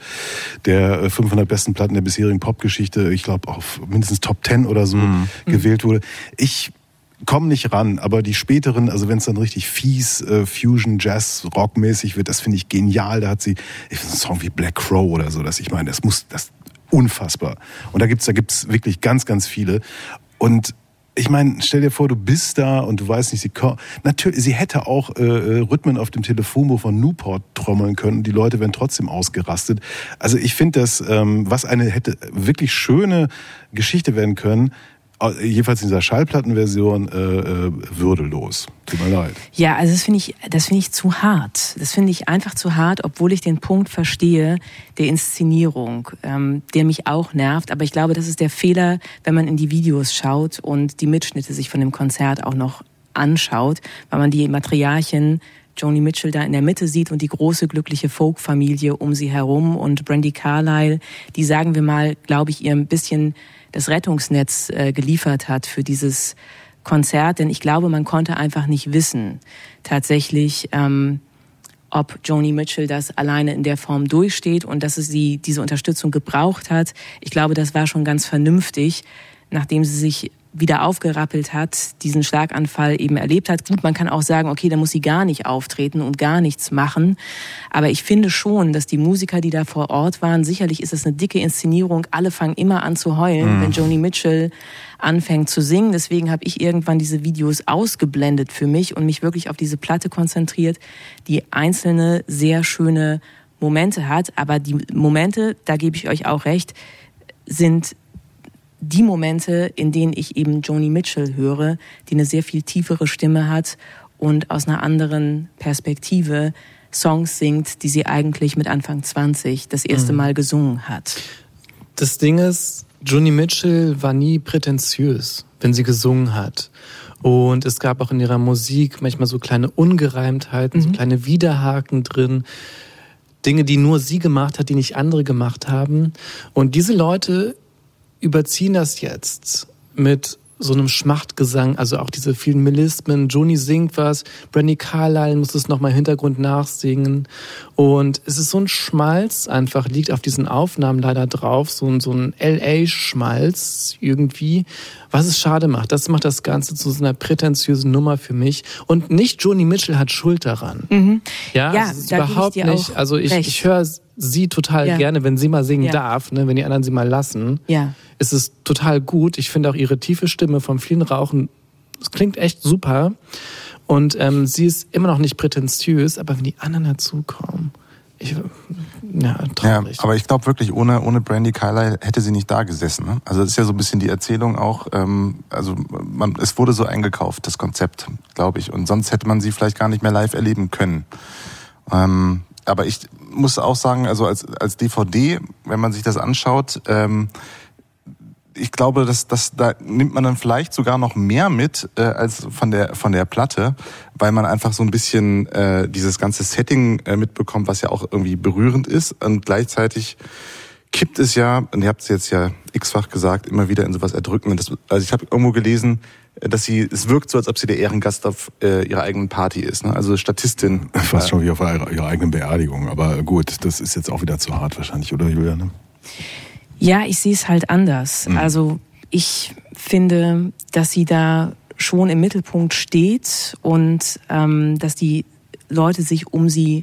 der fünfhundert besten Platten der bisherigen Popgeschichte, ich glaube auf mindestens Top zehn oder so mhm. gewählt wurde. Ich komme nicht ran, aber die späteren, also wenn es dann richtig fies, äh, Fusion, Jazz, Rockmäßig wird, das finde ich genial. Da hat sie, ich finde, einen Song wie Black Crow oder so, dass ich meine, das muss, das unfassbar. Und da gibt's, da gibt's wirklich ganz, ganz viele. Und ich meine, stell dir vor, du bist da und du weißt nicht, sie natürlich, sie hätte auch äh, Rhythmen auf dem Telefonbuch von Newport trommeln können. Die Leute wären trotzdem ausgerastet. Also ich finde das, ähm, was eine hätte wirklich schöne Geschichte werden können, jedenfalls in dieser Schallplattenversion, äh, äh, würdelos. Tut mir leid. Ja, also das finde ich, das finde ich zu hart. Das finde ich einfach zu hart, obwohl ich den Punkt verstehe der Inszenierung, ähm, der mich auch nervt. Aber ich glaube, das ist der Fehler, wenn man in die Videos schaut und die Mitschnitte sich von dem Konzert auch noch anschaut, weil man die Matriarchin Joni Mitchell da in der Mitte sieht und die große glückliche Folk-Familie um sie herum und Brandy Carlile, die, sagen wir mal, glaube ich, ihr ein bisschen das Rettungsnetz äh, geliefert hat für dieses Konzert. Denn ich glaube, man konnte einfach nicht wissen, tatsächlich, ähm, ob Joni Mitchell das alleine in der Form durchsteht und dass sie diese Unterstützung gebraucht hat. Ich glaube, das war schon ganz vernünftig, nachdem sie sich wieder aufgerappelt hat, diesen Schlaganfall eben erlebt hat. Gut, man kann auch sagen, okay, dann muss sie gar nicht auftreten und gar nichts machen. Aber ich finde schon, dass die Musiker, die da vor Ort waren, sicherlich ist es eine dicke Inszenierung. Alle fangen immer an zu heulen, mhm. wenn Joni Mitchell anfängt zu singen. Deswegen habe ich irgendwann diese Videos ausgeblendet für mich und mich wirklich auf diese Platte konzentriert, die einzelne sehr schöne Momente hat. Aber die Momente, da gebe ich euch auch recht, sind die Momente, in denen ich eben Joni Mitchell höre, die eine sehr viel tiefere Stimme hat und aus einer anderen Perspektive Songs singt, die sie eigentlich mit Anfang zwanzig das erste Mal gesungen hat. Das Ding ist, Joni Mitchell war nie prätentiös, wenn sie gesungen hat. Und es gab auch in ihrer Musik manchmal so kleine Ungereimtheiten, mhm. so kleine Widerhaken drin. Dinge, die nur sie gemacht hat, die nicht andere gemacht haben. Und diese Leute überziehen das jetzt mit so einem Schmachtgesang, also auch diese vielen Melismen. Joni singt was, Brandi Carlile muss es nochmal im Hintergrund nachsingen. Und es ist so ein Schmalz einfach, liegt auf diesen Aufnahmen leider drauf, so ein, so ein L A-Schmalz irgendwie, was es schade macht. Das macht das Ganze zu so einer prätentiösen Nummer für mich. Und nicht Joni Mitchell hat Schuld daran. Mhm. Ja, ja, das ist überhaupt ich nicht. Also ich, ich höre sie total ja. gerne, wenn sie mal singen ja. darf, ne, wenn die anderen sie mal lassen. Ja. Ist es total gut. Ich finde auch ihre tiefe Stimme vom vielen Rauchen, es klingt echt super. Und ähm, sie ist immer noch nicht prätentiös, aber wenn die anderen dazukommen, ich, ja, traurig. Ja, aber ich glaube wirklich, ohne ohne Brandi Carlile hätte sie nicht da gesessen. Ne? Also das ist ja so ein bisschen die Erzählung auch. Ähm, also man, es wurde so eingekauft, das Konzept, glaube ich. Und sonst hätte man sie vielleicht gar nicht mehr live erleben können. Ähm, aber ich muss auch sagen, also als als D V D, wenn man sich das anschaut, ähm, ich glaube, dass, dass da nimmt man dann vielleicht sogar noch mehr mit äh, als von der von der Platte, weil man einfach so ein bisschen äh, dieses ganze Setting äh, mitbekommt, was ja auch irgendwie berührend ist, und gleichzeitig kippt es ja, und ihr habt es jetzt ja x-fach gesagt, immer wieder in sowas Erdrückendes. Also ich habe irgendwo gelesen, dass sie, es wirkt so, als ob sie der Ehrengast auf äh, ihrer eigenen Party ist, ne? Also Statistin. Fast schon wie auf ihrer, ihrer eigenen Beerdigung, aber gut, das ist jetzt auch wieder zu hart wahrscheinlich, oder Julia? Ne? Ja, ich sehe es halt anders. Mhm. Also ich finde, dass sie da schon im Mittelpunkt steht und ähm, dass die Leute sich um sie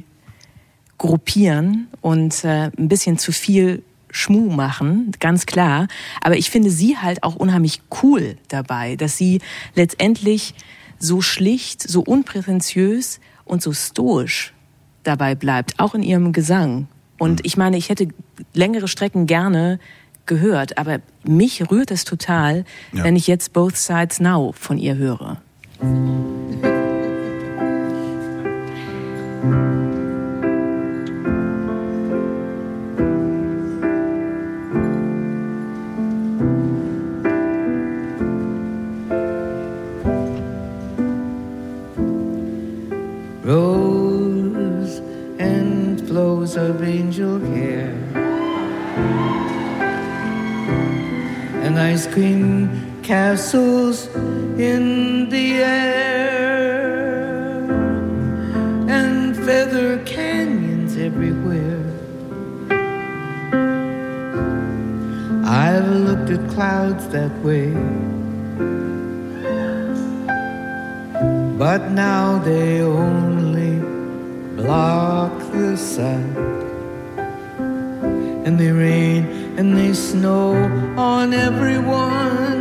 gruppieren und äh, ein bisschen zu viel Schmuh machen, ganz klar. Aber ich finde sie halt auch unheimlich cool dabei, dass sie letztendlich so schlicht, so unprätentiös und so stoisch dabei bleibt, auch in ihrem Gesang. Und ich meine, ich hätte längere Strecken gerne gehört, aber mich rührt es total, ja. wenn ich jetzt Both Sides Now von ihr höre. Rose and flows of angel hair and ice cream castles in the air and feather canyons everywhere. I've looked at clouds that way, but now they only block the sight, and they rain and they snow on everyone.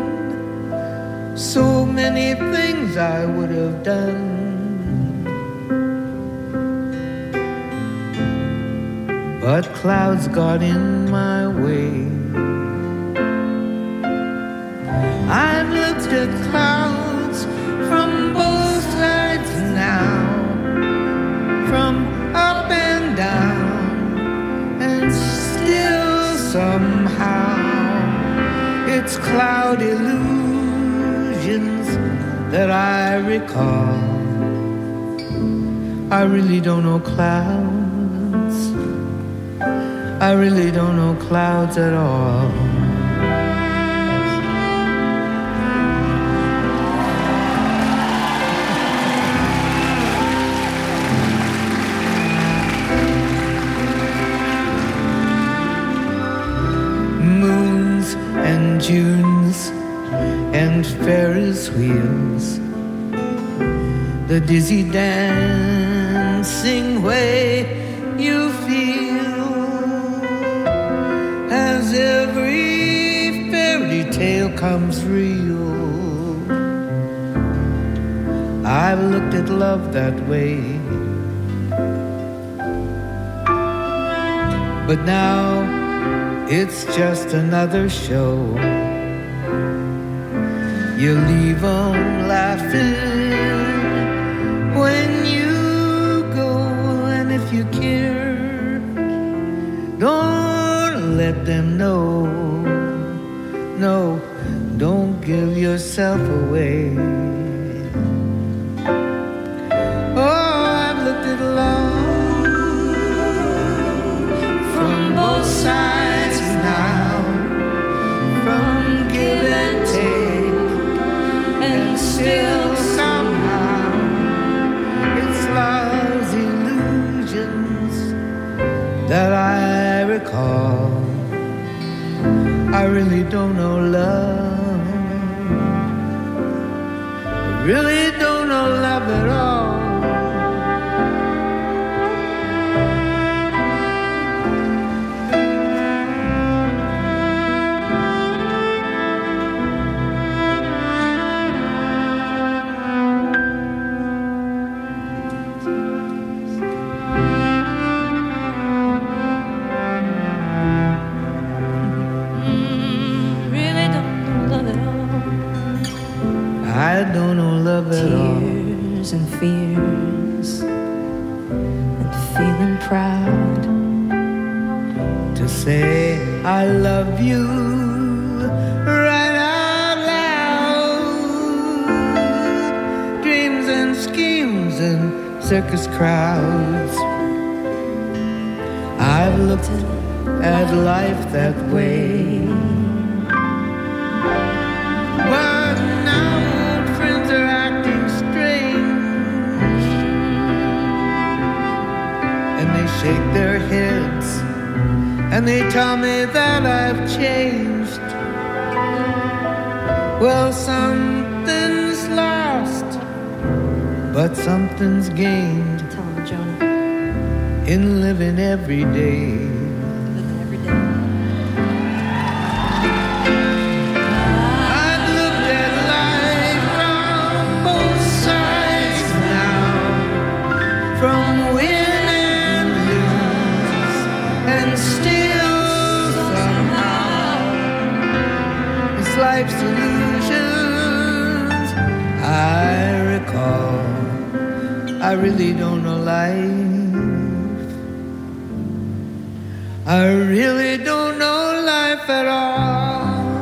So many things I would have done, but clouds got in my way. I've looked at clouds from both sides now, from up and down, and still somehow it's cloud illusions that I recall. I really don't know clouds, I really don't know clouds at all. endless wheels, the dizzy dancing way you feel as every fairy tale comes real. I've looked at love that way, but now it's just another show. You leave 'em laughing when you go, and if you care, don't let them know. No, don't give yourself away. Oh, I've looked at love from both sides now, from give and take, and still somehow it's love's illusions that I recall. I really don't know love, I really don't know love at all. I don't know love at all. Tears and fears and feeling proud To say I love you right out loud. Dreams and schemes and circus crowds. I've looked at life that way. But now friends are acting strange, and they shake their heads and they tell me that I've changed. Well, something's lost, but something's gained. Tell him, Jonah. In living every day. Living every day. I've looked at life from both sides now, from win and lose, and still somehow it's life's illusions I recall. I really don't know life, I really don't know life at all.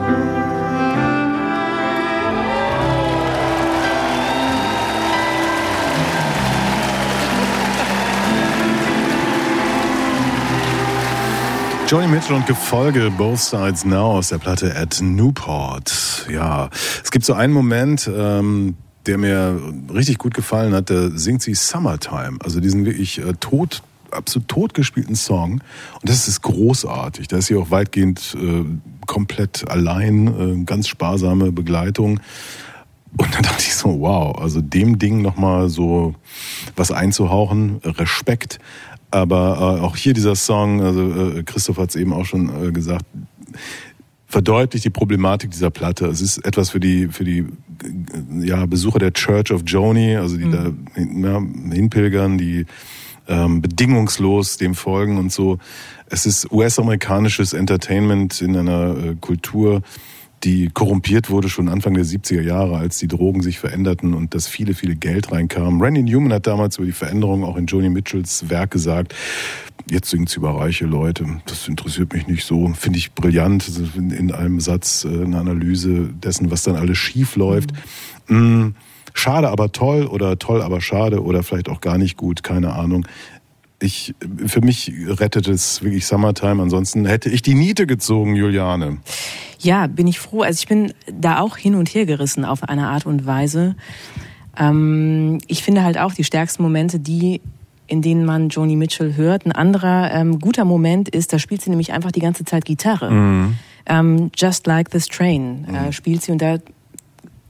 Joni Mitchell und Gefolge, Both Sides Now aus der Platte At Newport. Ja, es gibt so einen Moment, ähm, der mir richtig gut gefallen hat, da singt sie Summertime, also diesen wirklich äh, tot, absolut totgespielten Song. Und das ist großartig. Da ist sie auch weitgehend äh, komplett allein, äh, ganz sparsame Begleitung. Und dann dachte ich so, wow, also dem Ding nochmal so was einzuhauchen, Respekt. Aber äh, auch hier dieser Song, also äh, Christoph hat es eben auch schon äh, gesagt, verdeutlicht die Problematik dieser Platte. Es ist etwas für die für die ja, Besucher der Church of Joni, also die mhm. da ja, hinpilgern, die ähm, bedingungslos dem folgen und so. Es ist U S-amerikanisches Entertainment in einer äh, Kultur, die korrumpiert wurde schon Anfang der siebziger Jahre, als die Drogen sich veränderten und dass viele, viele Geld reinkam. Randy Newman hat damals über die Veränderung auch in Joni Mitchells Werk gesagt, jetzt singt sie über reiche Leute. Das interessiert mich nicht so. Finde ich brillant, in einem Satz eine Analyse dessen, was dann alles schief läuft. Mhm. Schade, aber toll oder toll, aber schade oder vielleicht auch gar nicht gut, keine Ahnung. Ich, für mich rettet es wirklich Summertime. Ansonsten hätte ich die Niete gezogen, Juliane. Ja, bin ich froh. Also ich bin da auch hin und her gerissen auf eine Art und Weise. Ähm, ich finde halt auch die stärksten Momente, die, in denen man Joni Mitchell hört. Ein anderer ähm, guter Moment ist, da spielt sie nämlich einfach die ganze Zeit Gitarre. Mhm. Ähm, Just Like This Train äh, spielt sie und da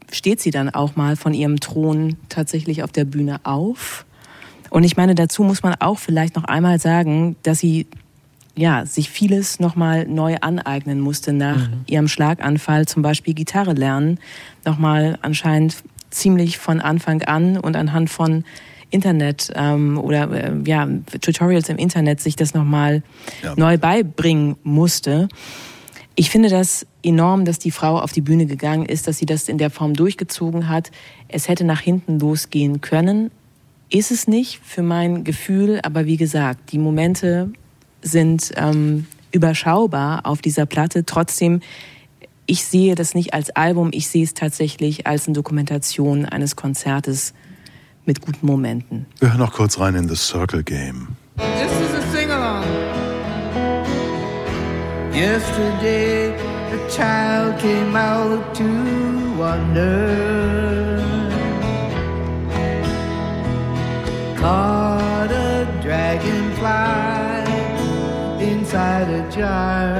steht sie dann auch mal von ihrem Thron tatsächlich auf der Bühne auf. Und ich meine, dazu muss man auch vielleicht noch einmal sagen, dass sie ja, sich vieles nochmal neu aneignen musste nach mhm. ihrem Schlaganfall, zum Beispiel Gitarre lernen, nochmal anscheinend ziemlich von Anfang an und anhand von Internet ähm, oder äh, ja, Tutorials im Internet sich das nochmal ja. neu beibringen musste. Ich finde das enorm, dass die Frau auf die Bühne gegangen ist, dass sie das in der Form durchgezogen hat. Es hätte nach hinten losgehen können. Ist es nicht für mein Gefühl, aber wie gesagt, die Momente sind ähm, überschaubar auf dieser Platte. Trotzdem, ich sehe das nicht als Album, ich sehe es tatsächlich als eine Dokumentation eines Konzertes mit guten Momenten. Wir hören noch kurz rein in The Circle Game. This is a sing-along. Yesterday a child came out to wonder, caught a dragonfly inside a jar.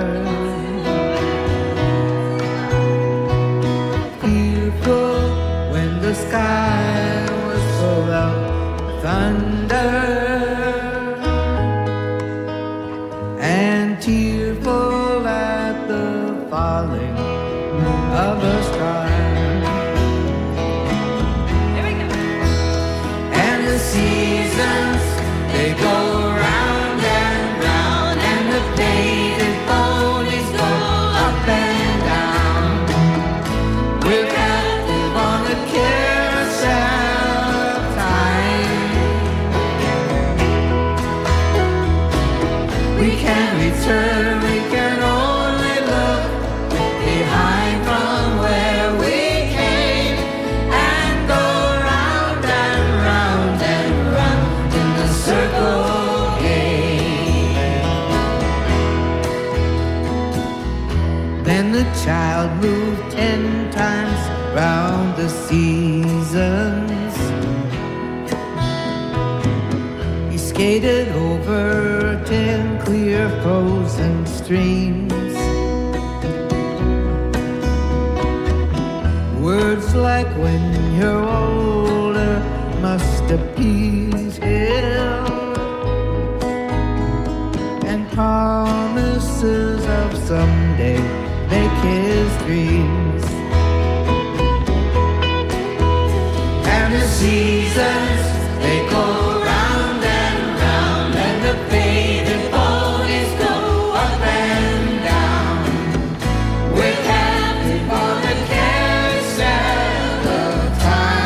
Fearful when the sky was full of thunder, and tearful at the falling of a star. Here we go. And the seasons, they go round and round, and the painted ponies go up and down. We're captive on the carousel of time. We can't return, we can only look behind from where we came, and go round and round and round in the circle game. Then the child moved ten times round the seasons. He skated over ten clear frozen streams. Words like when you're older must appease him, and promises of someday make his dreams. And the seasons, they go round and round, and the faded ponies go up and down. We're captive on the carousel of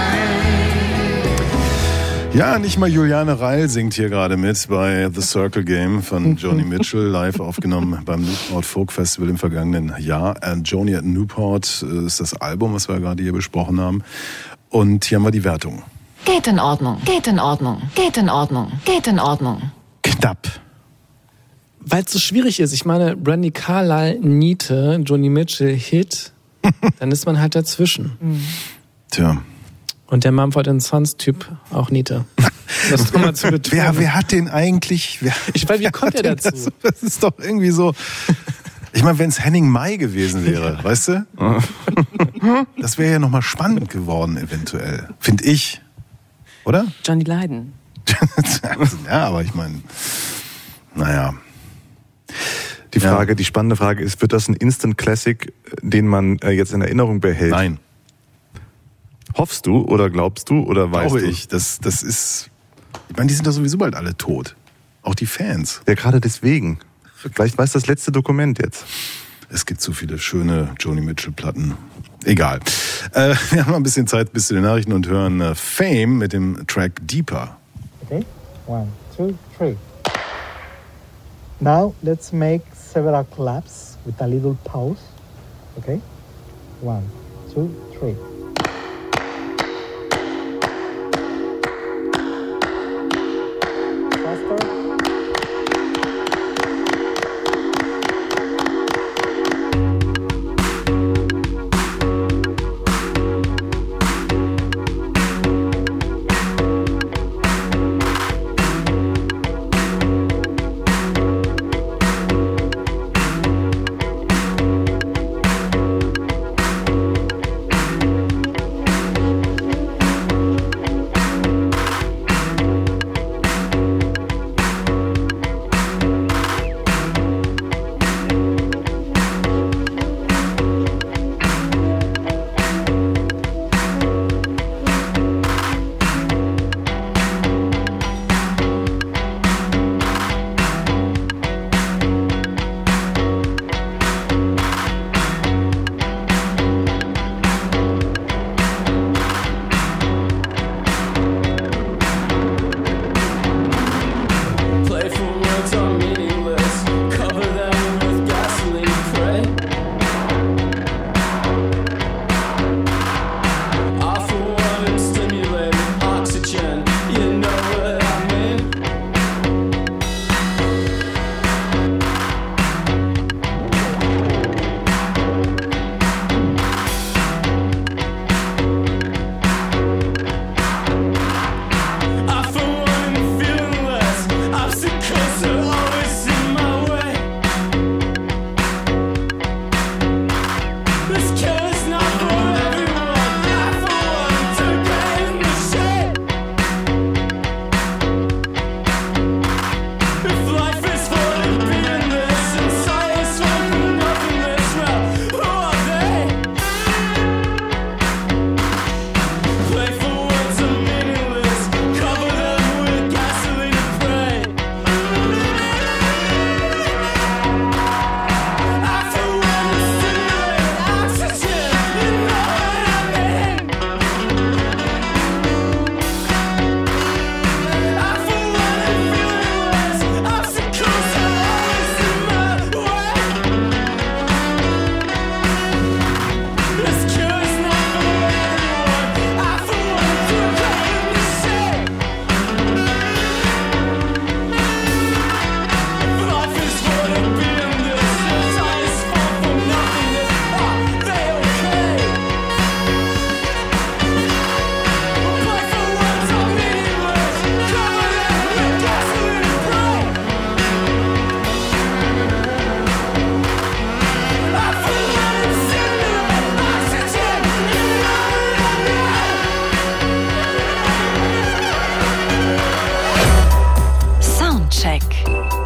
time. Ja, nicht mal Juliane Reil singt hier gerade mit bei The Circle Game von Joni Mitchell, live aufgenommen beim Newport Folk Festival im vergangenen Jahr. And Joni at Newport ist das Album, was wir gerade hier besprochen haben. Und hier haben wir die Wertung. Geht in Ordnung, geht in Ordnung, geht in Ordnung, geht in Ordnung. Knapp. Weil es so schwierig ist. Ich meine, Brandi Carlile, Niete, Joni Mitchell, Hit, dann ist man halt dazwischen. Tja. Und der Mumford and Sons Typ auch Niete. Das ist nochmal zu betonen. Wer, wer hat den eigentlich? Wer, ich weiß, wie kommt er dazu? Das, das ist doch irgendwie so. Ich meine, wenn es Henning May gewesen wäre, ja. Weißt du? Das wäre ja nochmal spannend geworden, eventuell. Finde ich. Oder? Johnny Lydon. Ja, aber ich meine, naja. Die Frage, ja. die spannende Frage ist, wird das ein Instant Classic, den man äh, jetzt in Erinnerung behält? Nein. Hoffst du oder glaubst du oder weißt Glaube du? ich. Das, das ist. Ich meine, die sind doch sowieso bald alle tot. Auch die Fans. Ja, gerade deswegen. Vielleicht war es das letzte Dokument jetzt. Es gibt so viele schöne Joni Mitchell-Platten. Egal. Äh, wir haben noch ein bisschen Zeit bis zu den Nachrichten und hören äh, Fame mit dem Track Deeper. Okay, one, two, three. Now let's make several claps with a little pause. Okay, one, two, three.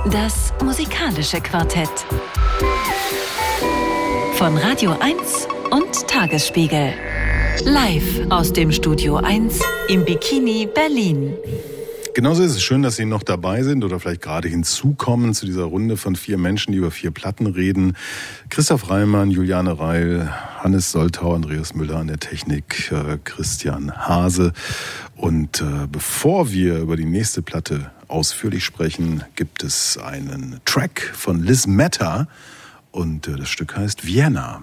Das musikalische Quartett. Von Radio eins und Tagesspiegel. Live aus dem Studio eins im Bikini Berlin. Genauso ist es schön, dass Sie noch dabei sind oder vielleicht gerade hinzukommen zu dieser Runde von vier Menschen, die über vier Platten reden. Christoph Reimann, Juliane Reil, Hannes Soltau, Andreas Müller an der Technik, äh, Christian Hase. Und äh, bevor wir über die nächste Platte ausführlich sprechen, gibt es einen Track von Liz Mehta und äh, das Stück heißt Vienna.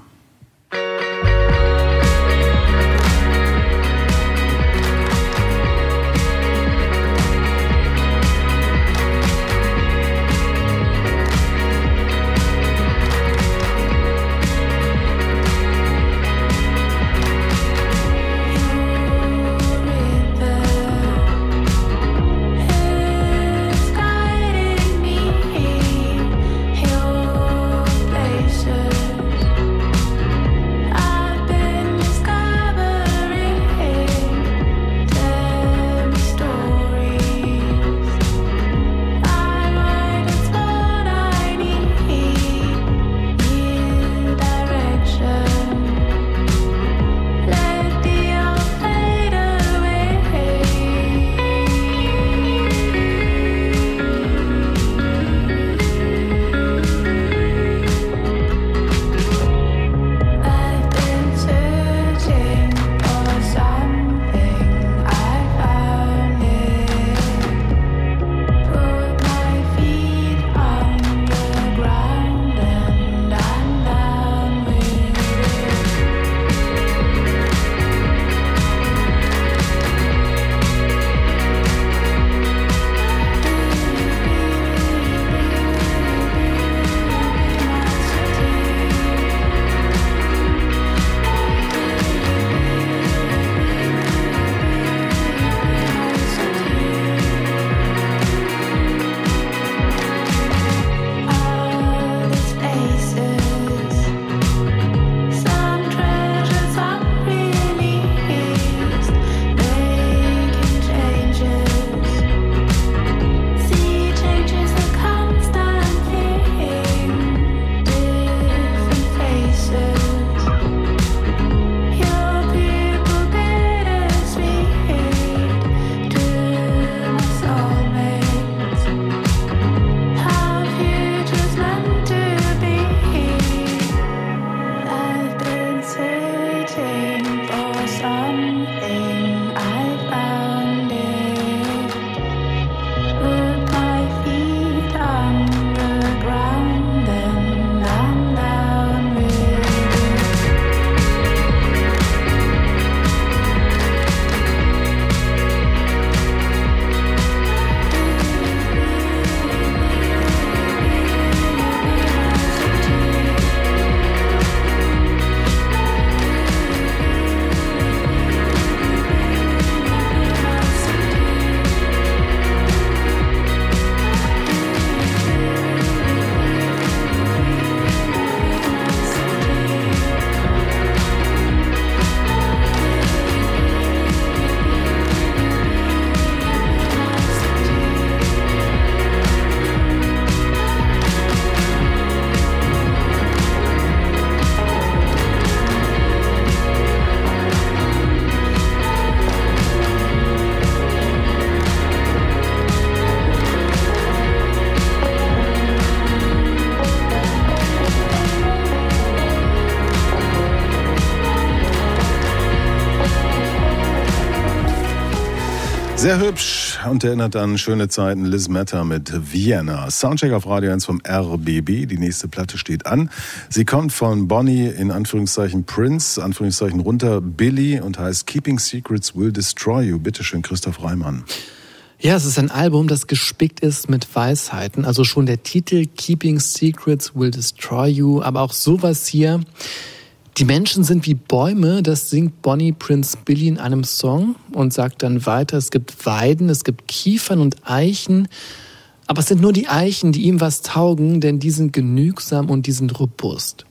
Sehr hübsch und erinnert an schöne Zeiten. Liz Mehta mit Vienna. Soundcheck auf Radio eins vom R B B. Die nächste Platte steht an. Sie kommt von Bonnie, in Anführungszeichen Prince, Anführungszeichen runter, Billy und heißt Keeping Secrets Will Destroy You. Bitte schön, Christoph Reimann. Ja, es ist ein Album, das gespickt ist mit Weisheiten. Also schon der Titel Keeping Secrets Will Destroy You, aber auch sowas hier. Die Menschen sind wie Bäume, das singt Bonnie Prince Billy in einem Song und sagt dann weiter, es gibt Weiden, es gibt Kiefern und Eichen, aber es sind nur die Eichen, die ihm was taugen, denn die sind genügsam und die sind robust.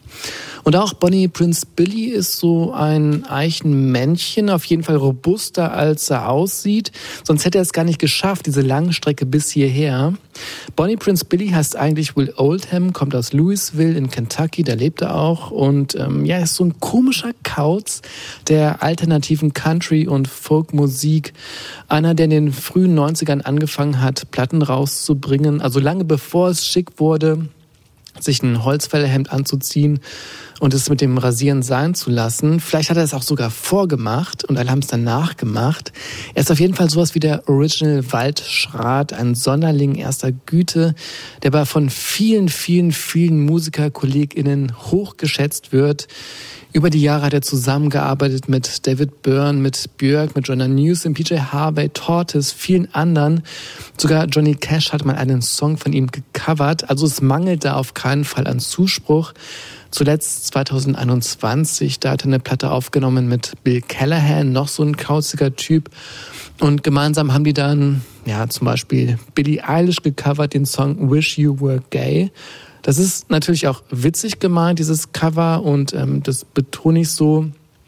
Und auch Bonnie Prince Billy ist so ein Eichenmännchen, auf jeden Fall robuster, als er aussieht. Sonst hätte er es gar nicht geschafft, diese lange Strecke bis hierher. Bonnie Prince Billy heißt eigentlich Will Oldham, kommt aus Louisville in Kentucky, da lebt er auch. Und ähm, ja, ist so ein komischer Kauz der alternativen Country- und Folkmusik. Einer, der in den frühen neunzigern angefangen hat, Platten rauszubringen, also lange bevor es schick wurde, sich ein Holzfällerhemd anzuziehen und es mit dem Rasieren sein zu lassen. Vielleicht hat er es auch sogar vorgemacht und alle haben es dann nachgemacht. Er ist auf jeden Fall sowas wie der Original Waldschrat, ein Sonderling erster Güte, der aber von vielen, vielen, vielen MusikerkollegInnen hochgeschätzt wird. Über die Jahre hat er zusammengearbeitet mit David Byrne, mit Björk, mit Joanna Newsom, P J Harvey, Tortoise, vielen anderen. Sogar Johnny Cash hat mal einen Song von ihm gecovert. Also es mangelt da auf keinen Fall an Zuspruch. Zuletzt zwanzig einundzwanzig, da hat er eine Platte aufgenommen mit Bill Callahan, noch so ein kauziger Typ. Und gemeinsam haben die dann, ja, zum Beispiel Billie Eilish gecovert, den Song Wish You Were Gay. Das ist natürlich auch witzig gemeint, dieses Cover, und ähm, das betone ich so,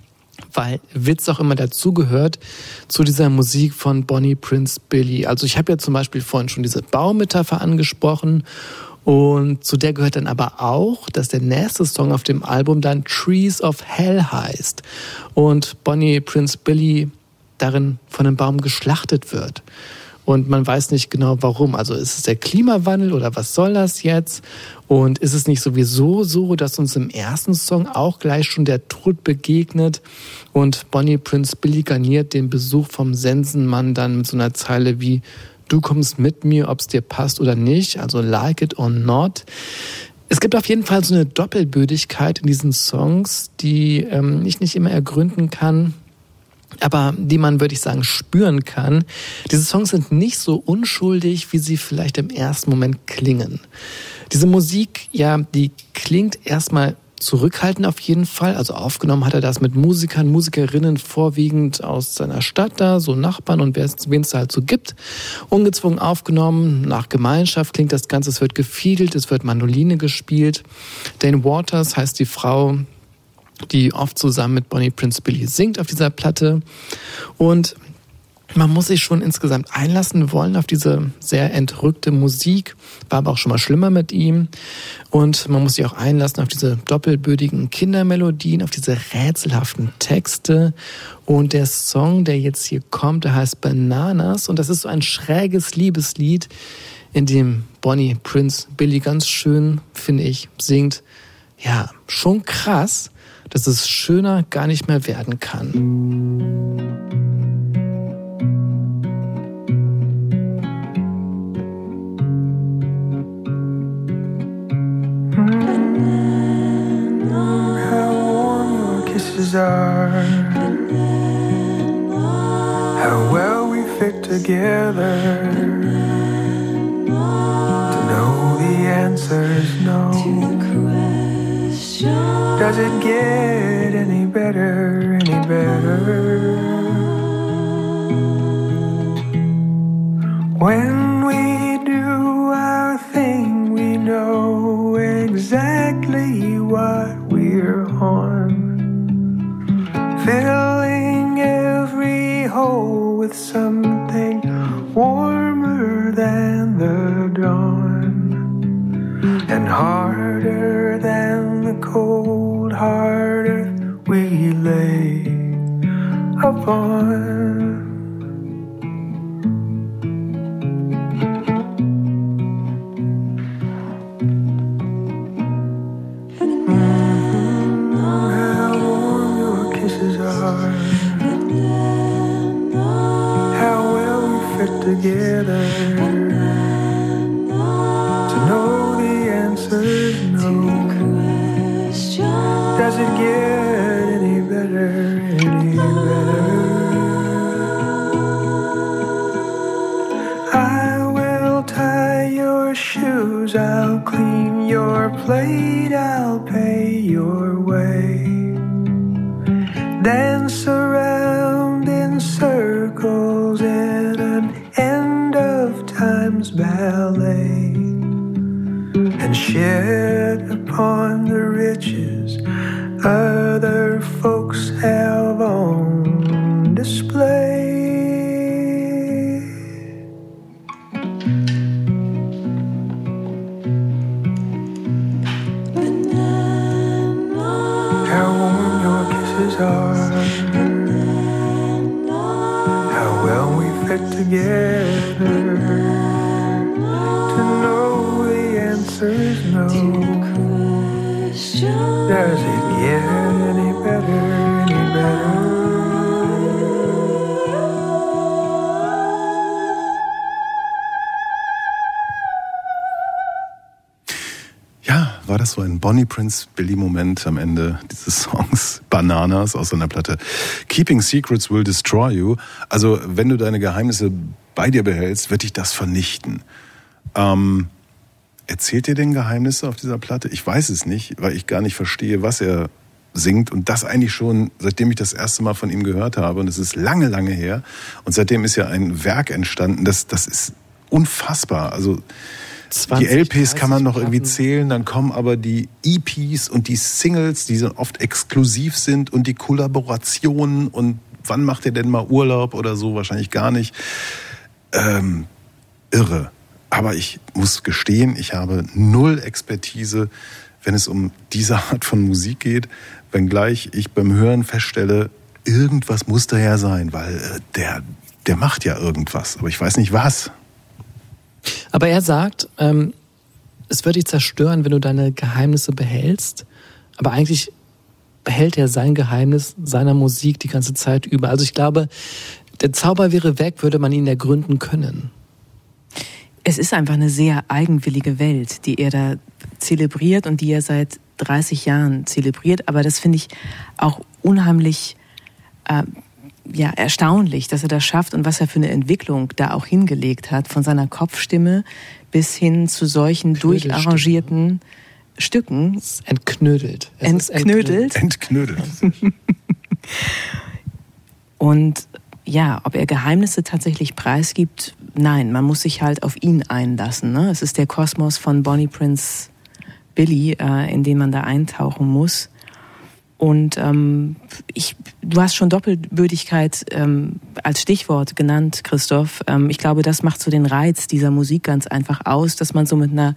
weil Witz auch immer dazugehört zu dieser Musik von Bonnie Prince Billy. Also ich habe ja zum Beispiel vorhin schon diese Baumetapher angesprochen, und zu der gehört dann aber auch, dass der nächste Song auf dem Album dann Trees of Hell heißt und Bonnie Prince Billy darin von einem Baum geschlachtet wird. Und man weiß nicht genau warum. Also ist es der Klimawandel oder was soll das jetzt? Und ist es nicht sowieso so, dass uns im ersten Song auch gleich schon der Tod begegnet und Bonnie Prince Billy garniert den Besuch vom Sensenmann dann mit so einer Zeile wie "Du kommst mit mir, ob's dir passt oder nicht", also like it or not. Es gibt auf jeden Fall so eine Doppelbödigkeit in diesen Songs, die ähm, ich nicht immer ergründen kann, aber die man, würde ich sagen, spüren kann. Diese Songs sind nicht so unschuldig, wie sie vielleicht im ersten Moment klingen. Diese Musik, ja, die klingt erstmal zurückhaltend auf jeden Fall. Also aufgenommen hat er das mit Musikern, Musikerinnen vorwiegend aus seiner Stadt da, so Nachbarn und wen es da halt so gibt. Ungezwungen aufgenommen, nach Gemeinschaft klingt das Ganze, es wird gefiedelt, es wird Mandoline gespielt. Dane Waters heißt die Frau, die oft zusammen mit Bonnie Prince Billy singt auf dieser Platte. Und man muss sich schon insgesamt einlassen wollen auf diese sehr entrückte Musik. War aber auch schon mal schlimmer mit ihm. Und man muss sich auch einlassen auf diese doppelbödigen Kindermelodien, auf diese rätselhaften Texte. Und der Song, der jetzt hier kommt, der heißt Bananas. Und das ist so ein schräges Liebeslied, in dem Bonnie Prince Billy ganz schön, finde ich, singt. Ja, schon krass, dass es schöner gar nicht mehr werden kann. How warm your kisses are, how well we fit together. To know the answer is no. Does it get any better, any better? When we do our thing, we know exactly what we're on, filling every hole with something warmer than the dawn, and harder than the cold hard earth we lay upon. Together to know the answer's no. Does it get any better, any better? I will tie your shoes, I'll clean your plate, I'll pay your way. Dance around in circles in an end of time's ballet, and and shed upon the riches other folks have on display. How warm your kisses are, how well we fit together. To know the answer is no. Does it get any better, any better? Ja, war das so ein Bonnie Prince Billy Moment am Ende dieses Songs Bananas aus seiner Platte Keeping Secrets Will Destroy You. Also wenn du deine Geheimnisse bei dir behältst, wird dich das vernichten. Ähm, erzählt ihr denn Geheimnisse auf dieser Platte? Ich weiß es nicht, weil ich gar nicht verstehe, was er singt. Und das eigentlich schon, seitdem ich das erste Mal von ihm gehört habe. Und es ist lange, lange her. Und seitdem ist ja ein Werk entstanden. Das, das ist unfassbar. Also die L Ps kann man noch irgendwie zählen, dann kommen aber die E Ps und die Singles, die so oft exklusiv sind und die Kollaborationen und wann macht ihr denn mal Urlaub oder so? Wahrscheinlich gar nicht. Ähm, irre. Aber ich muss gestehen, ich habe null Expertise, wenn es um diese Art von Musik geht, wenngleich ich beim Hören feststelle, irgendwas muss da ja sein, weil äh, der, der macht ja irgendwas, aber ich weiß nicht was. Aber er sagt, ähm, es wird dich zerstören, wenn du deine Geheimnisse behältst. Aber eigentlich behält er sein Geheimnis seiner Musik die ganze Zeit über. Also ich glaube, der Zauber wäre weg, würde man ihn ergründen können. Es ist einfach eine sehr eigenwillige Welt, die er da zelebriert und die er seit dreißig Jahren zelebriert. Aber das finde ich auch unheimlich äh, ja, erstaunlich, dass er das schafft und was er für eine Entwicklung da auch hingelegt hat, von seiner Kopfstimme bis hin zu solchen durcharrangierten Stücken. Es ist entknödelt. Es entknödelt. Ist entknödelt. entknödelt. Und ja, ob er Geheimnisse tatsächlich preisgibt, nein, man muss sich halt auf ihn einlassen. Ne? Es ist der Kosmos von Bonnie Prince Billy, äh, in den man da eintauchen muss. Und ähm, ich, du hast schon Doppelbödigkeit ähm, als Stichwort genannt, Christoph. Ähm, ich glaube, das macht so den Reiz dieser Musik ganz einfach aus, dass man so mit einer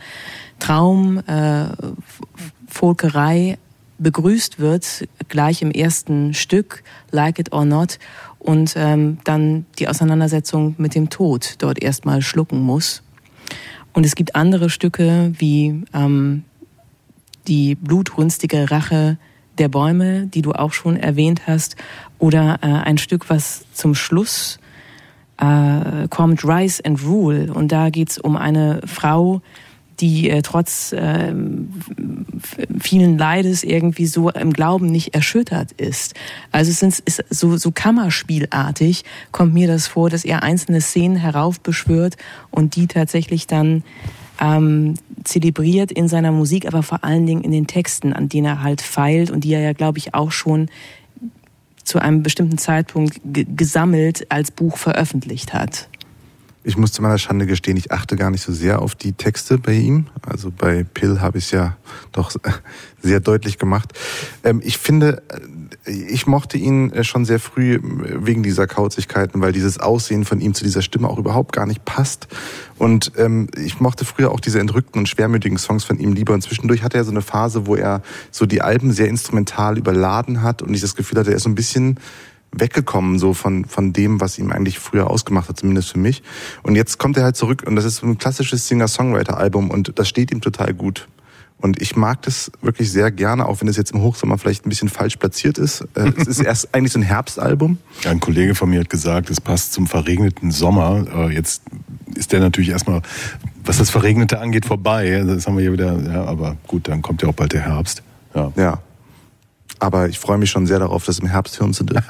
Traumfolkerei äh, begrüßt wird, gleich im ersten Stück, Like It or Not, und ähm, dann die Auseinandersetzung mit dem Tod dort erstmal schlucken muss. Und es gibt andere Stücke wie ähm, die blutrünstige Rache der Bäume, die du auch schon erwähnt hast, oder äh, ein Stück, was zum Schluss äh, kommt, Rise and Rule. Und da geht's um eine Frau, die äh, trotz äh, vielen Leides irgendwie so im Glauben nicht erschüttert ist. Also es ist, ist so, so Kammerspielartig, kommt mir das vor, dass er einzelne Szenen heraufbeschwört und die tatsächlich dann ähm, zelebriert in seiner Musik, aber vor allen Dingen in den Texten, an denen er halt feilt und die er ja, glaube ich, auch schon zu einem bestimmten Zeitpunkt g- gesammelt als Buch veröffentlicht hat. Ich muss zu meiner Schande gestehen, ich achte gar nicht so sehr auf die Texte bei ihm. Also bei Pill habe ich es ja doch sehr deutlich gemacht. Ich finde, ich mochte ihn schon sehr früh wegen dieser Kauzigkeiten, weil dieses Aussehen von ihm zu dieser Stimme auch überhaupt gar nicht passt. Und ich mochte früher auch diese entrückten und schwermütigen Songs von ihm lieber. Und zwischendurch hatte er so eine Phase, wo er so die Alben sehr instrumental überladen hat und ich das Gefühl hatte, er ist so ein bisschen weggekommen so von von dem, was ihm eigentlich früher ausgemacht hat, zumindest für mich. Und jetzt kommt er halt zurück und das ist so ein klassisches Singer-Songwriter-Album und das steht ihm total gut. Und ich mag das wirklich sehr gerne, auch wenn es jetzt im Hochsommer vielleicht ein bisschen falsch platziert ist. Es ist erst eigentlich so ein Herbstalbum. Ein Kollege von mir hat gesagt, es passt zum verregneten Sommer. Jetzt ist der natürlich erstmal, was das Verregnete angeht, vorbei. Das haben wir hier wieder, ja, aber gut, dann kommt ja auch bald der Herbst. Ja. Ja. Aber ich freue mich schon sehr darauf, das im Herbst hören zu dürfen.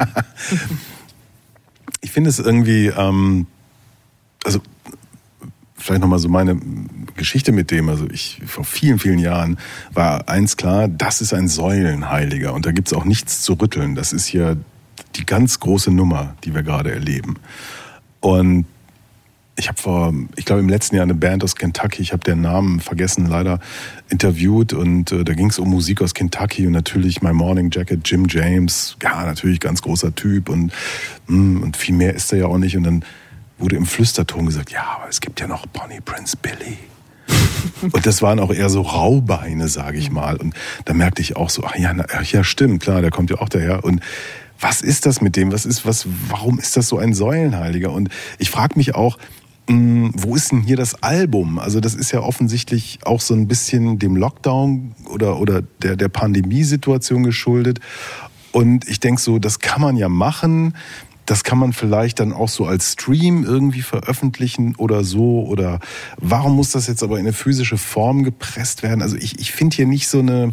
Ich finde es irgendwie, ähm, also vielleicht nochmal so meine Geschichte mit dem, also ich vor vielen, vielen Jahren war eins klar, das ist ein Säulenheiliger und da gibt's auch nichts zu rütteln. Das ist hier die ganz große Nummer, die wir gerade erleben. Und ich habe vor, ich glaube im letzten Jahr eine Band aus Kentucky, ich habe den Namen vergessen leider, interviewt und äh, da ging es um Musik aus Kentucky und natürlich My Morning Jacket, Jim James, ja natürlich ganz großer Typ und, mh, und viel mehr ist er ja auch nicht und dann wurde im Flüsterton gesagt, ja, aber es gibt ja noch Bonnie Prince Billy. Und das waren auch eher so Raubeine, sage ich mal. Und da merkte ich auch so, ach ja, na, ja stimmt, klar, der kommt ja auch daher. Und was ist das mit dem? Was ist, was, warum ist das so ein Säulenheiliger? Und ich frage mich auch, mh, wo ist denn hier das Album? Also das ist ja offensichtlich auch so ein bisschen dem Lockdown oder, oder der, der Pandemiesituation geschuldet. Und ich denke so, das kann man ja machen. Das kann man vielleicht dann auch so als Stream irgendwie veröffentlichen oder so. Oder warum muss das jetzt aber in eine physische Form gepresst werden? Also ich, ich finde hier nicht so eine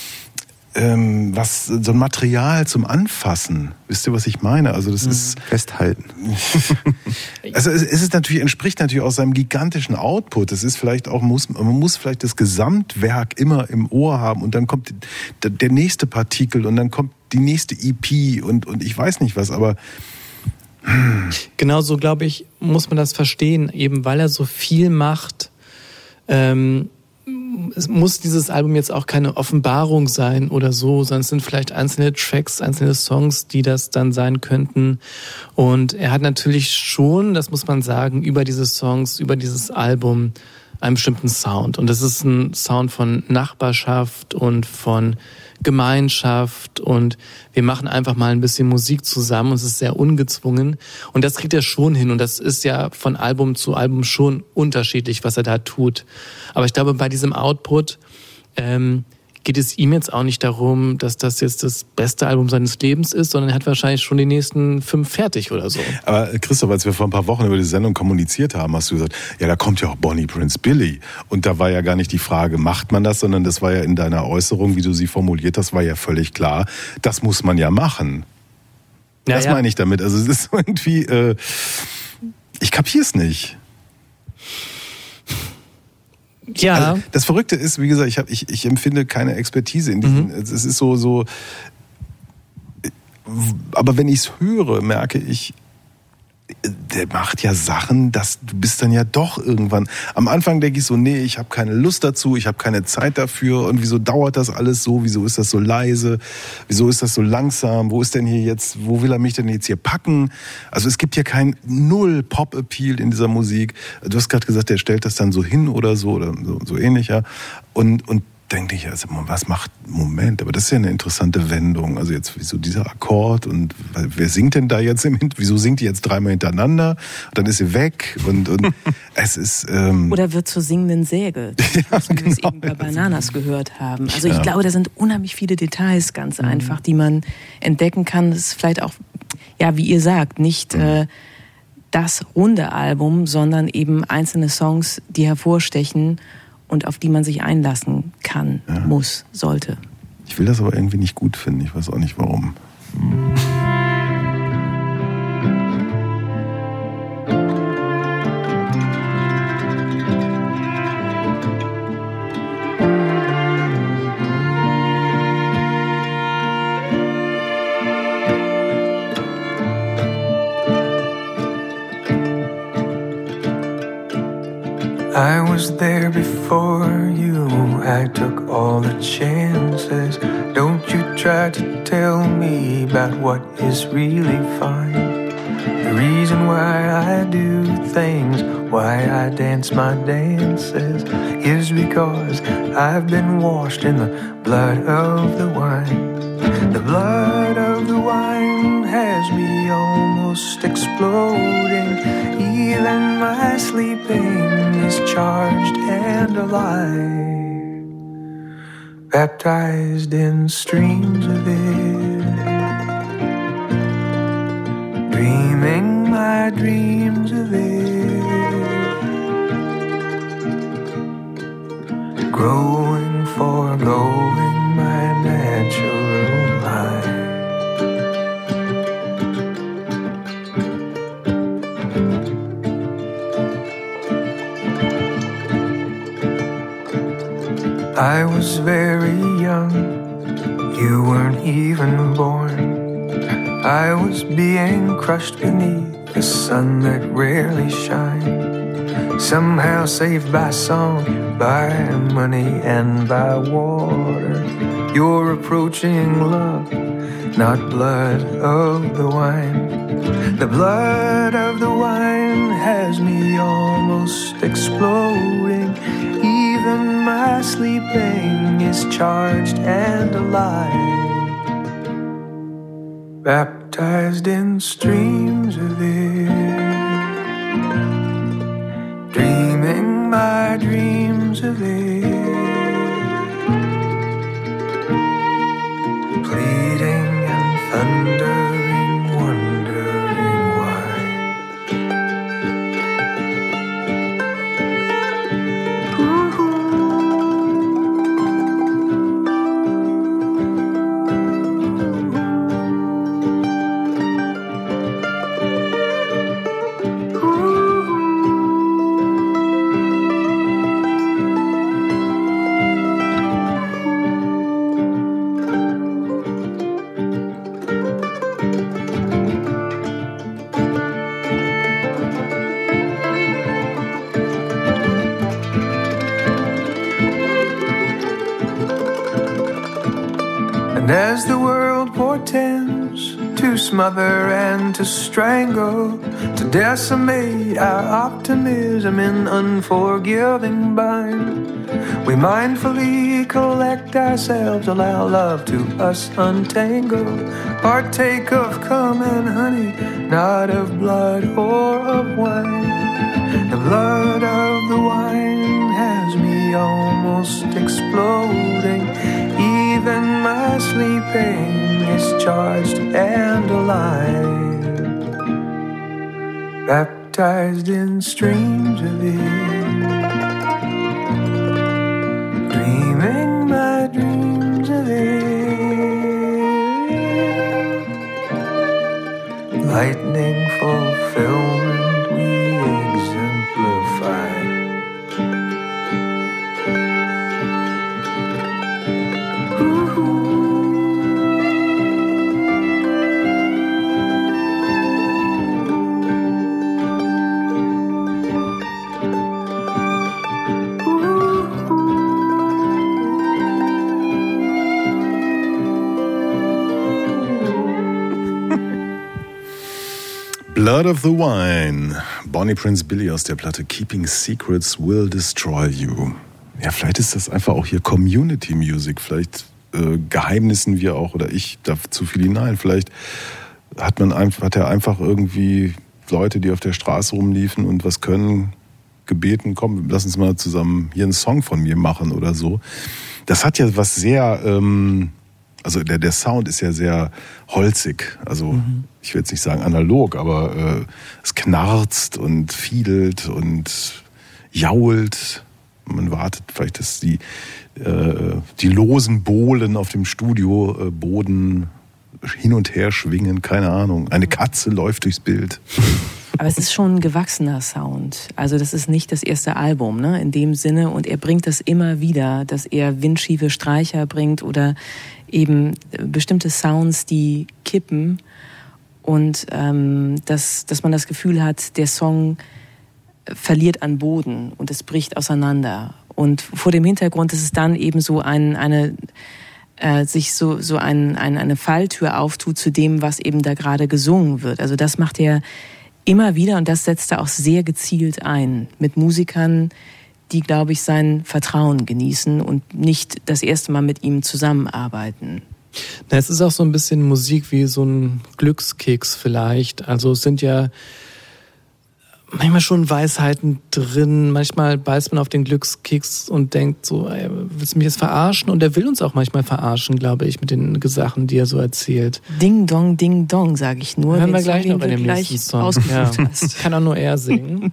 ähm, was so ein Material zum Anfassen. Wisst ihr, was ich meine? Also das ist festhalten. Also es, es ist natürlich entspricht natürlich auch seinem gigantischen Output. Das ist vielleicht auch muss man muss vielleicht das Gesamtwerk immer im Ohr haben und dann kommt der, der nächste Partikel und dann kommt die nächste E P und und ich weiß nicht was, aber Genauso, glaube ich, muss man das verstehen, eben weil er so viel macht. Ähm, es muss dieses Album jetzt auch keine Offenbarung sein oder so, sondern es sind vielleicht einzelne Tracks, einzelne Songs, die das dann sein könnten. Und er hat natürlich schon, das muss man sagen, über diese Songs, über dieses Album einen bestimmten Sound. Und das ist ein Sound von Nachbarschaft und von Gemeinschaft und wir machen einfach mal ein bisschen Musik zusammen und es ist sehr ungezwungen und das kriegt er schon hin und das ist ja von Album zu Album schon unterschiedlich, was er da tut. Aber ich glaube, bei diesem Output ähm, geht es ihm jetzt auch nicht darum, dass das jetzt das beste Album seines Lebens ist, sondern er hat wahrscheinlich schon die nächsten fünf fertig oder so. Aber Christoph, als wir vor ein paar Wochen über die Sendung kommuniziert haben, hast du gesagt, ja, da kommt ja auch Bonnie Prince Billy. Und da war ja gar nicht die Frage, macht man das, sondern das war ja in deiner Äußerung, wie du sie formuliert hast, war ja völlig klar, das muss man ja machen. Ja, das ja. meine ich damit. Also es ist irgendwie, äh, ich kapier's nicht. Ja. Also das Verrückte ist, wie gesagt, ich, hab, ich, ich empfinde keine Expertise in diesem. Mhm. Es ist so, so. Aber wenn ich es höre, merke ich, der macht ja Sachen, dass du bist dann ja doch irgendwann. Am Anfang denke ich so, nee, ich habe keine Lust dazu, ich habe keine Zeit dafür und wieso dauert das alles so, wieso ist das so leise, wieso ist das so langsam, wo ist denn hier jetzt, wo will er mich denn jetzt hier packen? Also es gibt hier kein null Pop-Appeal in dieser Musik. Du hast gerade gesagt, der stellt das dann so hin oder so oder so, so ähnlich, ja. Und, und denke ich, also was macht, Moment, aber das ist ja eine interessante Wendung. Also jetzt, wieso dieser Akkord und wer singt denn da jetzt im Hintergrund? Wieso singt die jetzt dreimal hintereinander? Dann ist sie weg und, und es ist... Ähm Oder wird zur singenden Säge, ja, wie wir genau. es eben bei Bananas gehört haben. Also ja. ich glaube, da sind unheimlich viele Details ganz mhm. einfach, die man entdecken kann. Das ist vielleicht auch, ja, wie ihr sagt, nicht... Mhm. Äh, das runde Album, sondern eben einzelne Songs, die hervorstechen und auf die man sich einlassen kann, ja. muss, sollte. Ich will das aber irgendwie nicht gut finden. Ich weiß auch nicht warum. I was there before you, I took all the chances. Don't you try to tell me about what is really fine. The reason why I do things, why I dance my dances, is because I've been washed in the blood of the wine. The blood of the wine has me almost exploding. Even my sleeping is charged and alive, baptized in streams of it, dreaming my dreams of it, growing, foregoing my natural life. I was very young, you weren't even born. I was being crushed beneath the sun that rarely shines. somehow saved by song, by money and by water. You're approaching love, not blood of the wine. The blood of the wine has me almost exploding. Even my sleeping is charged and alive, baptized in streams of it, dreaming my dreams of it, pleading and thundering, wondering why. And as the world portends to smother and to strangle, to decimate our optimism in unforgiving bind, we mindfully collect ourselves, allow love to us untangle, partake of cum and honey, not of blood or of wine. The blood of the wine has me almost exploding. Even my sleeping is charged and alive, baptized in streams of it, dreaming my dreams of it, lightning fulfillment we exemplify. Blood of the Wine, Bonnie Prince Billy aus der Platte Keeping Secrets Will Destroy You. Ja, vielleicht ist das einfach auch hier Community Music, vielleicht äh, geheimnissen wir auch, oder ich darf zu viel hinein, vielleicht hat man einfach, hat er einfach irgendwie Leute, die auf der Straße rumliefen und was können, gebeten, komm, lass uns mal zusammen hier einen Song von mir machen oder so. Das hat ja was sehr, ähm, also der, der Sound ist ja sehr holzig, also mhm. ich will jetzt nicht sagen analog, aber äh, es knarzt und fiedelt und jault. Man wartet vielleicht, dass die, äh, die losen Bohlen auf dem Studioboden hin und her schwingen, keine Ahnung. Eine Katze läuft durchs Bild. Aber es ist schon ein gewachsener Sound. Also das ist nicht das erste Album, ne, in dem Sinne. Und er bringt das immer wieder, dass er windschiefe Streicher bringt oder eben bestimmte Sounds, die kippen. Und ähm, dass, dass man das Gefühl hat, der Song verliert an Boden und es bricht auseinander. Und vor dem Hintergrund ist es dann eben so ein, eine... Äh, sich so so ein, ein, eine Falltür auftut zu dem, was eben da gerade gesungen wird. Also das macht er immer wieder und das setzt er auch sehr gezielt ein mit Musikern, die, glaube ich, sein Vertrauen genießen und nicht das erste Mal mit ihm zusammenarbeiten. Na, es ist auch so ein bisschen Musik wie so ein Glückskeks vielleicht. Also es sind ja manchmal schon Weisheiten drin. Manchmal beißt man auf den Glückskeks und denkt so, ey, willst du mich jetzt verarschen? Und er will uns auch manchmal verarschen, glaube ich, mit den Sachen, die er so erzählt. Ding Dong, Ding Dong, sage ich nur. Hören wir gleich noch in dem nächsten Song. Ja. Kann auch nur er singen.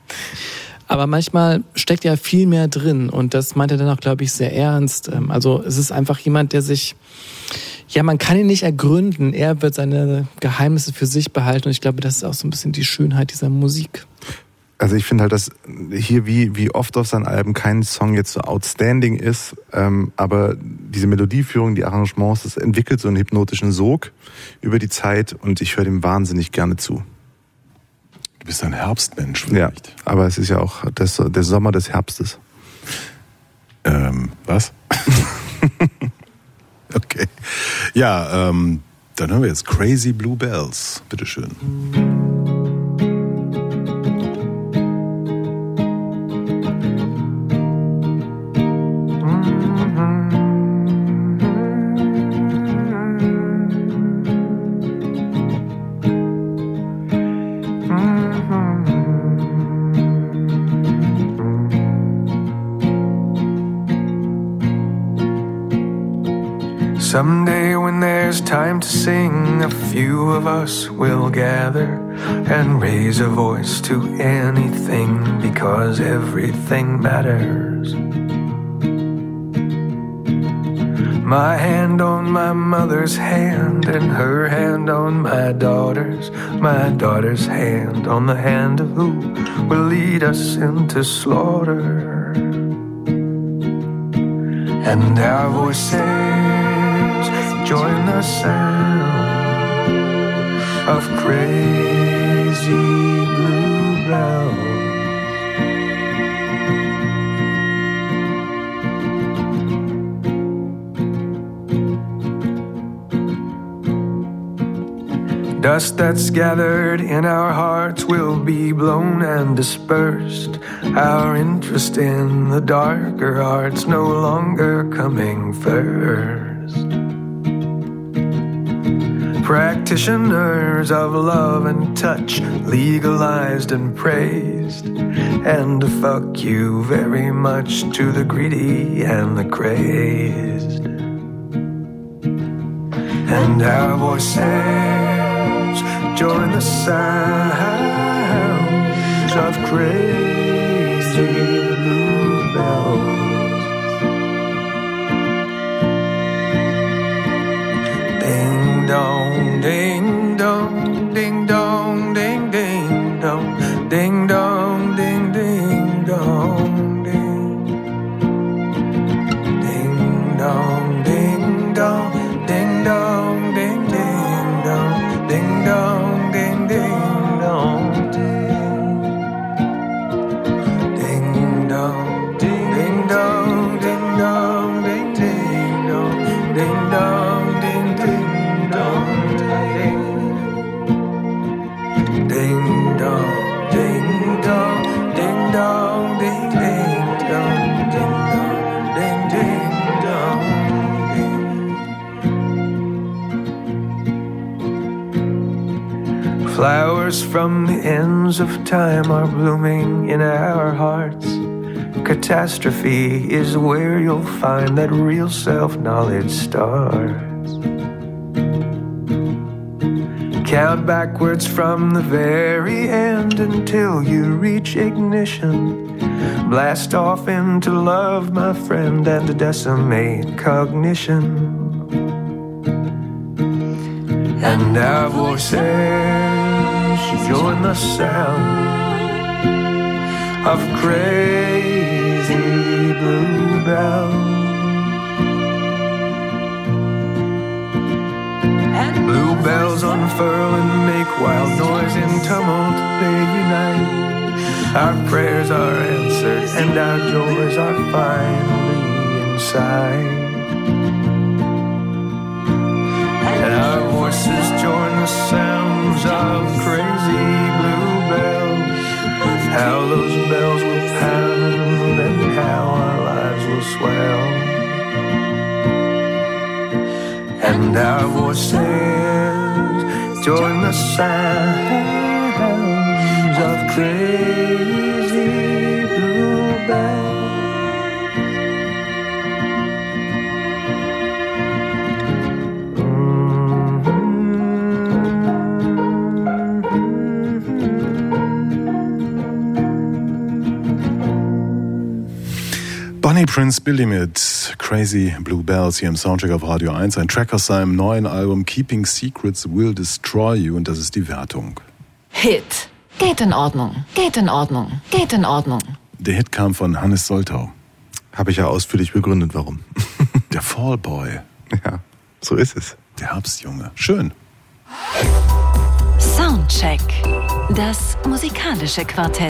Aber manchmal steckt ja viel mehr drin und das meint er dann auch, glaube ich, sehr ernst. Also es ist einfach jemand, der sich, ja, man kann ihn nicht ergründen. Er wird seine Geheimnisse für sich behalten und ich glaube, das ist auch so ein bisschen die Schönheit dieser Musik. Also ich finde halt, dass hier wie, wie oft auf seinen Alben kein Song jetzt so outstanding ist, ähm, aber diese Melodieführung, die Arrangements, das entwickelt so einen hypnotischen Sog über die Zeit und ich höre dem wahnsinnig gerne zu. Du bist ein Herbstmensch vielleicht. Ja, aber es ist ja auch das, der Sommer des Herbstes. Ähm, was? Okay. Ja, ähm, dann hören wir jetzt Crazy Blue Bells. Bitteschön. Someday when there's time to sing, a few of us will gather and raise a voice to anything, because everything matters. My hand on my mother's hand and her hand on my daughter's, my daughter's hand on the hand of who will lead us into slaughter. And our voices join the sound of crazy blue bells. Dust that's gathered in our hearts will be blown and dispersed. Our interest in the darker arts no longer coming first. Practitioners of love and touch, legalized and praised. And fuck you very much to the greedy and the crazed. And our voices join the sounds of crazy blue bells. Ding dong, ding dong, ding dong, ding ding dong, ding dong, ding ding dong, ding ding dong, ding dong, ding dong, ding ding dong, ding dong, ding ding dong, ding dong, ding dong, ding dong, ding ding dong, ding dong, ding ding. Ding dong, ding dong, ding dong, ding ding dong, ding dong, ding ding dong, ding. Flowers from the ends of time are blooming in our hearts. Catastrophe is where you'll find that real self-knowledge starts. Count backwards from the very end until you reach ignition. Blast off into love, my friend, and decimate cognition. And our voices join the sound of crazy blue bells. Blue bells unfurl and make wild noise in tumult, they unite. Our prayers are answered and our joys are finally inside. And our voices join the sounds of crazy blue bells. How those bells will pound and how our lives will swell. And our voices join the sounds of crazy blue bells. Bonnie Prince Billy mit Crazy Blue Bells hier im Soundcheck auf Radio eins. Ein Track aus seinem neuen Album Keeping Secrets Will Destroy You, und das ist die Wertung. Hit. Geht in Ordnung. Geht in Ordnung. Geht in Ordnung. Der Hit kam von Hannes Soltau. Habe ich ja ausführlich begründet, warum. Der Fallboy. Ja, so ist es. Der Herbstjunge. Schön. Soundcheck. Das musikalische Quartett.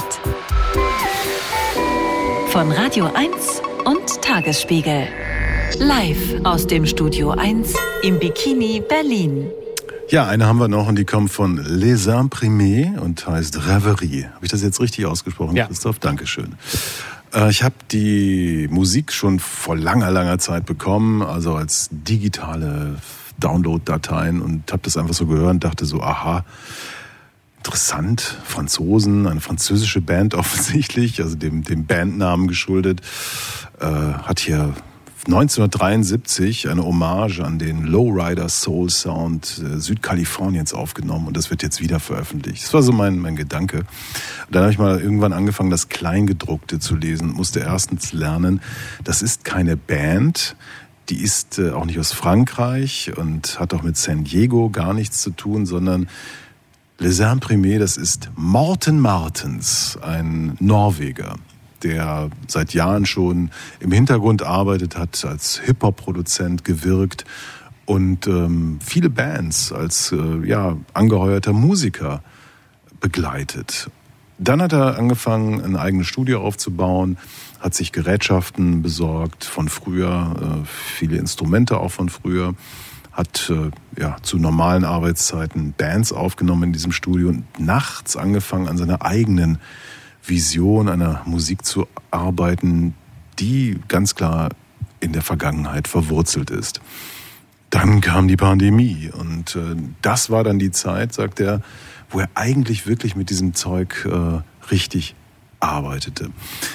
Von Radio eins und Tagesspiegel. Live aus dem Studio eins im Bikini Berlin. Ja, eine haben wir noch und die kommt von Les Imprimés und heißt Rêverie. Habe ich das jetzt richtig ausgesprochen, ja. Christoph? Dankeschön. Äh, ich habe die Musik schon vor langer, langer Zeit bekommen, also als digitale Download-Dateien und habe das einfach so gehört und dachte so, aha, interessant, Franzosen, eine französische Band offensichtlich, also dem, dem Bandnamen geschuldet, äh, hat hier neunzehnhundertdreiundsiebzig eine Hommage an den Lowrider Soul Sound Südkaliforniens aufgenommen und das wird jetzt wieder veröffentlicht. Das war so mein, mein Gedanke. Und dann habe ich mal irgendwann angefangen, das Kleingedruckte zu lesen und musste erstens lernen, das ist keine Band, die ist auch nicht aus Frankreich und hat auch mit San Diego gar nichts zu tun, sondern Les Imprimés, das ist Morten Martens, ein Norweger, der seit Jahren schon im Hintergrund arbeitet hat, als Hip-Hop-Produzent gewirkt und ähm, viele Bands als äh, ja, angeheuerter Musiker begleitet. Dann hat er angefangen, ein eigenes Studio aufzubauen, hat sich Gerätschaften besorgt von früher, äh, viele Instrumente auch von früher, hat äh, ja, zu normalen Arbeitszeiten Bands aufgenommen in diesem Studio und nachts angefangen, an seiner eigenen Vision einer Musik zu arbeiten, die ganz klar in der Vergangenheit verwurzelt ist. Dann kam die Pandemie und äh, das war dann die Zeit, sagt er, wo er eigentlich wirklich mit diesem Zeug äh, richtig arbeitete.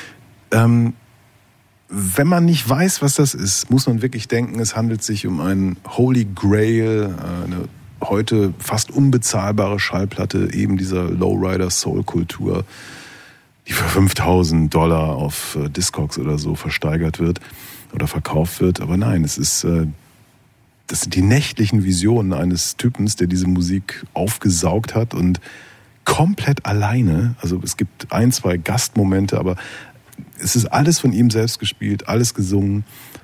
Ähm, wenn man nicht weiß, was das ist, muss man wirklich denken, es handelt sich um einen Holy Grail, äh, eine heute fast unbezahlbare Schallplatte eben dieser Lowrider-Soul-Kultur, die für fünftausend Dollar auf äh, Discogs oder so versteigert wird oder verkauft wird. Aber nein, es ist, äh, das sind die nächtlichen Visionen eines Typens, der diese Musik aufgesaugt hat und komplett alleine, also es gibt ein, zwei Gastmomente, aber es ist alles von ihm selbst gespielt, alles gesungen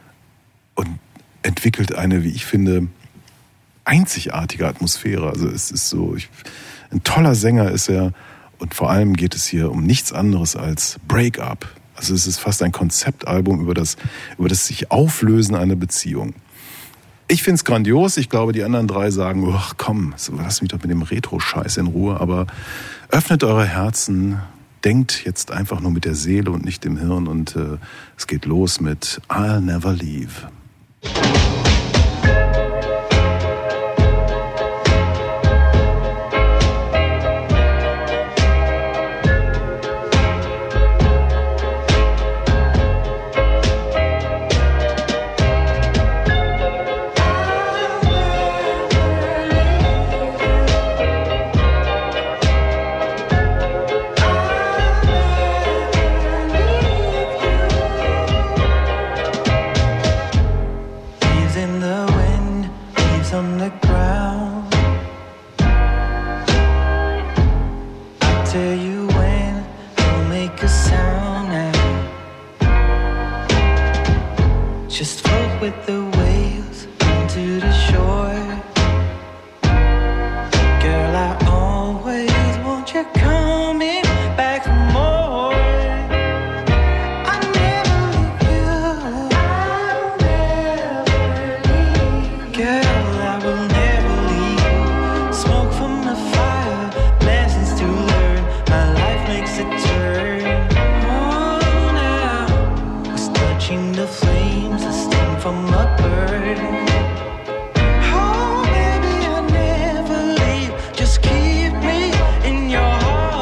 und entwickelt eine, wie ich finde, einzigartige Atmosphäre. Also es ist so, ich, ein toller Sänger ist er. Und vor allem geht es hier um nichts anderes als Break-up. Also es ist fast ein Konzeptalbum über das, über das sich Auflösen einer Beziehung. Ich finde es grandios. Ich glaube, die anderen drei sagen, ach komm, lass mich doch mit dem Retro-Scheiß in Ruhe. Aber öffnet eure Herzen, denkt jetzt einfach nur mit der Seele und nicht dem Hirn. Und äh, es geht los mit I'll Never Leave. Oh, baby, I'll never leave. Just keep me in your heart.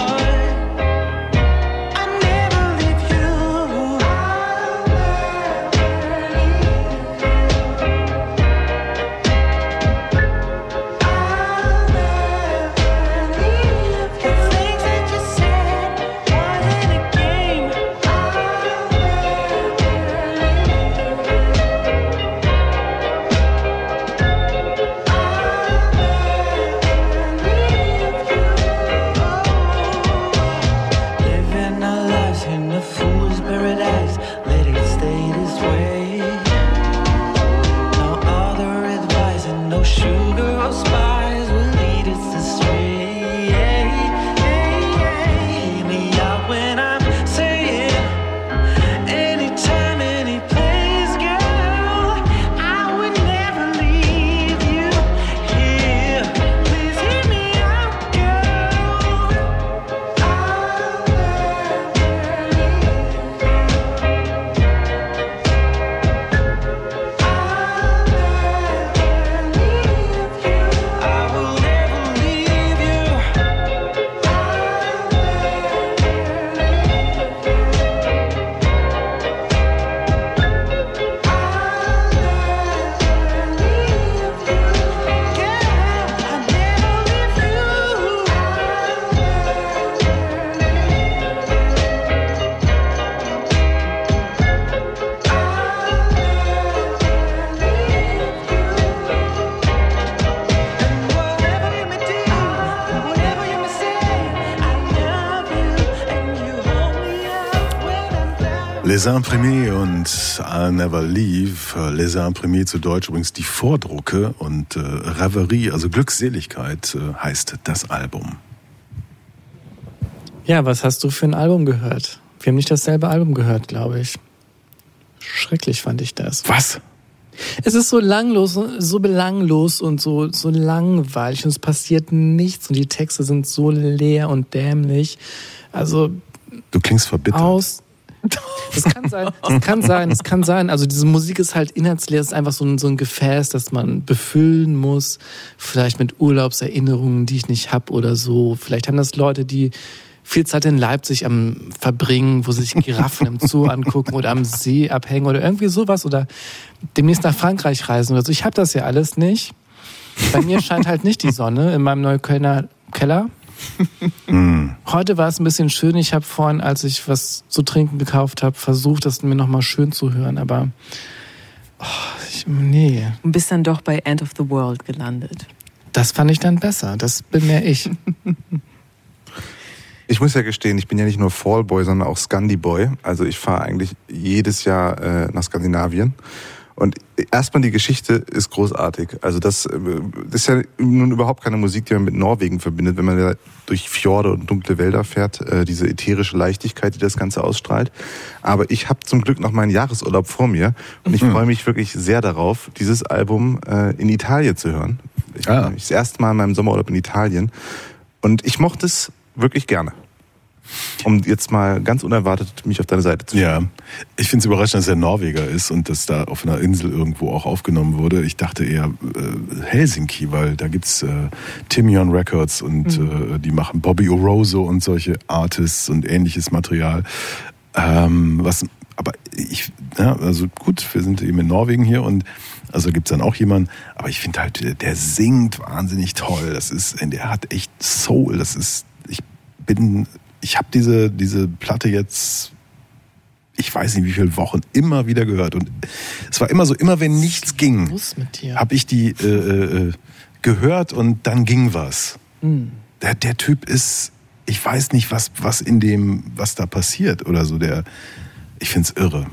Les Imprimés und I'll Never Leave. Les Imprimés zu Deutsch übrigens die Vordrucke und äh, Reverie, also Glückseligkeit äh, heißt das Album. Ja, was hast du für ein Album gehört? Wir haben nicht dasselbe Album gehört, glaube ich. Schrecklich fand ich das. Was? Es ist so langlos, so belanglos und so, so langweilig und es passiert nichts und die Texte sind so leer und dämlich. Also du klingst verbittert. Aus. Das kann sein, das kann sein, das kann sein. Also diese Musik ist halt inhaltsleer, es ist einfach so ein, so ein Gefäß, das man befüllen muss. Vielleicht mit Urlaubserinnerungen, die ich nicht hab oder so. Vielleicht haben das Leute, die viel Zeit in Leipzig am verbringen, wo sie sich Giraffen im Zoo angucken oder am See abhängen oder irgendwie sowas oder demnächst nach Frankreich reisen oder so. Ich habe das ja alles nicht. Bei mir scheint halt nicht die Sonne in meinem Neuköllner Keller. Heute war es ein bisschen schön. Ich habe vorhin, als ich was zu trinken gekauft habe, versucht, das mir nochmal schön zu hören, aber oh, ich, nee. Und bist dann doch bei End of the World gelandet. Das fand ich dann besser. Das bin mehr ich. Ich muss ja gestehen, ich bin ja nicht nur Fallboy, sondern auch Scandi-Boy. Also ich fahre eigentlich jedes Jahr äh, nach Skandinavien. Und erstmal die Geschichte ist großartig. Also das, das ist ja nun überhaupt keine Musik, die man mit Norwegen verbindet, wenn man ja durch Fjorde und dunkle Wälder fährt. Äh, diese ätherische Leichtigkeit, die das Ganze ausstrahlt. Aber ich habe zum Glück noch meinen Jahresurlaub vor mir. Und ich mhm. freue mich wirklich sehr darauf, dieses Album äh, in Italien zu hören. Ich ah. bin das erste Mal in meinem Sommerurlaub in Italien. Und ich mochte es wirklich gerne. Um jetzt mal ganz unerwartet mich auf deine Seite zu stellen. Ja, ich finde es überraschend, dass er Norweger ist und dass da auf einer Insel irgendwo auch aufgenommen wurde. Ich dachte eher äh, Helsinki, weil da gibt's äh, Timion Records und mhm. äh, die machen Bobby Oroso und solche Artists und ähnliches Material. Ähm, was, aber ich, ja, also gut, wir sind eben in Norwegen hier und also gibt's dann auch jemanden, aber ich finde halt, der singt wahnsinnig toll. Das ist, der hat echt Soul. Das ist, ich bin Ich habe diese, diese Platte jetzt, ich weiß nicht wie viele Wochen, immer wieder gehört. Und es war immer so, immer wenn nichts ging, habe ich die äh, äh, gehört und dann ging was. Mhm. Der, der Typ ist, ich weiß nicht, was, was in dem, was da passiert oder so. Der, ich find's irre.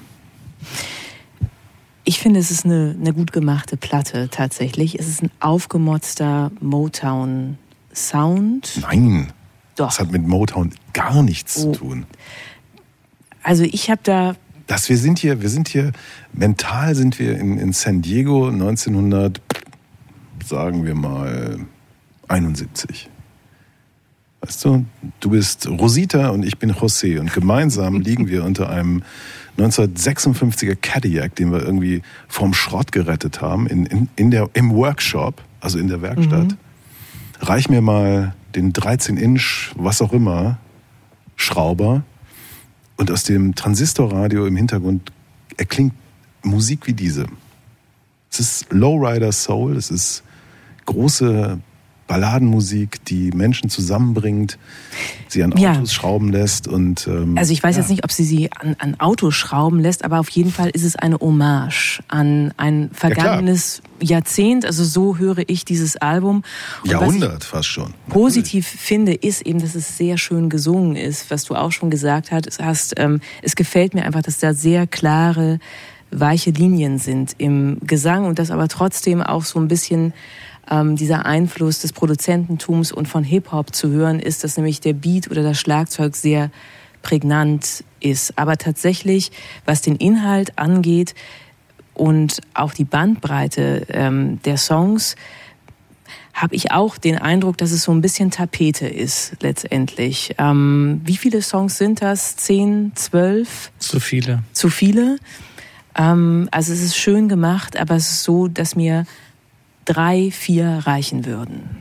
Ich finde, es ist eine, eine gut gemachte Platte tatsächlich. Es ist ein aufgemotzter Motown-Sound. Nein. Doch. Das hat mit Motown gar nichts oh. zu tun. Also ich habe da... Das, wir sind hier, wir sind hier, mental sind wir in, in San Diego neunzehnhundert, sagen wir mal, einundsiebzig. Weißt du, du bist Rosita und ich bin José und gemeinsam liegen wir unter einem neunzehnhundertsechsundfünfziger Cadillac, den wir irgendwie vom Schrott gerettet haben, in, in, in der, im Workshop, also in der Werkstatt. Mhm. Reich mir mal den dreizehn Inch, was auch immer, Schrauber und aus dem Transistorradio im Hintergrund erklingt Musik wie diese. Es ist Lowrider Soul, es ist große Balladenmusik, die Menschen zusammenbringt, sie an Autos ja. schrauben lässt und ähm, also ich weiß ja. jetzt nicht, ob sie sie an, an Autos schrauben lässt, aber auf jeden Fall ist es eine Hommage an ein vergangenes ja, Jahrzehnt. Also so höre ich dieses Album. Und Jahrhundert fast schon. Positiv Natürlich. finde, ist eben, dass es sehr schön gesungen ist, was du auch schon gesagt hast. Ähm, es gefällt mir einfach, dass da sehr klare, weiche Linien sind im Gesang und das aber trotzdem auch so ein bisschen Ähm, dieser Einfluss des Produzententums und von Hip-Hop zu hören ist, dass nämlich der Beat oder das Schlagzeug sehr prägnant ist. Aber tatsächlich, was den Inhalt angeht und auch die Bandbreite ähm, der Songs, habe ich auch den Eindruck, dass es so ein bisschen Tapete ist letztendlich. Ähm, wie viele Songs sind das? Zehn, zwölf? Zu viele. Zu viele? Ähm, also es ist schön gemacht, aber es ist so, dass mir drei, vier reichen würden.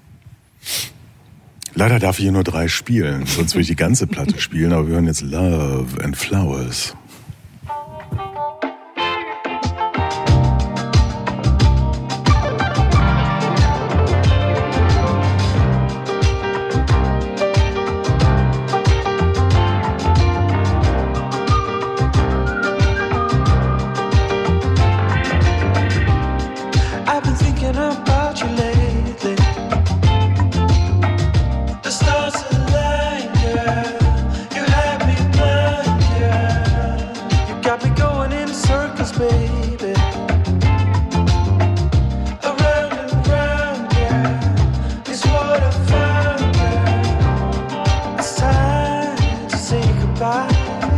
Leider darf ich hier nur drei spielen, sonst würde ich die ganze Platte spielen, aber wir hören jetzt Love and Flowers. The stars align, girl. You have me blind, girl. got me going in circles, baby. Around and round, yeah, is what I found, yeah. It's time to say goodbye.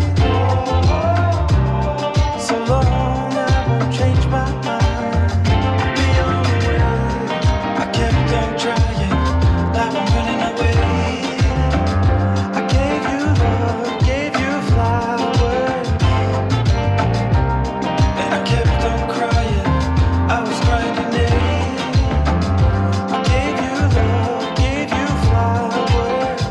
So long, I won't change my mind. Be on the way. I kept on trying, now I'm running away. I gave you love, gave you flowers, and I kept on crying. I was crying your name. I gave you love, gave you flowers.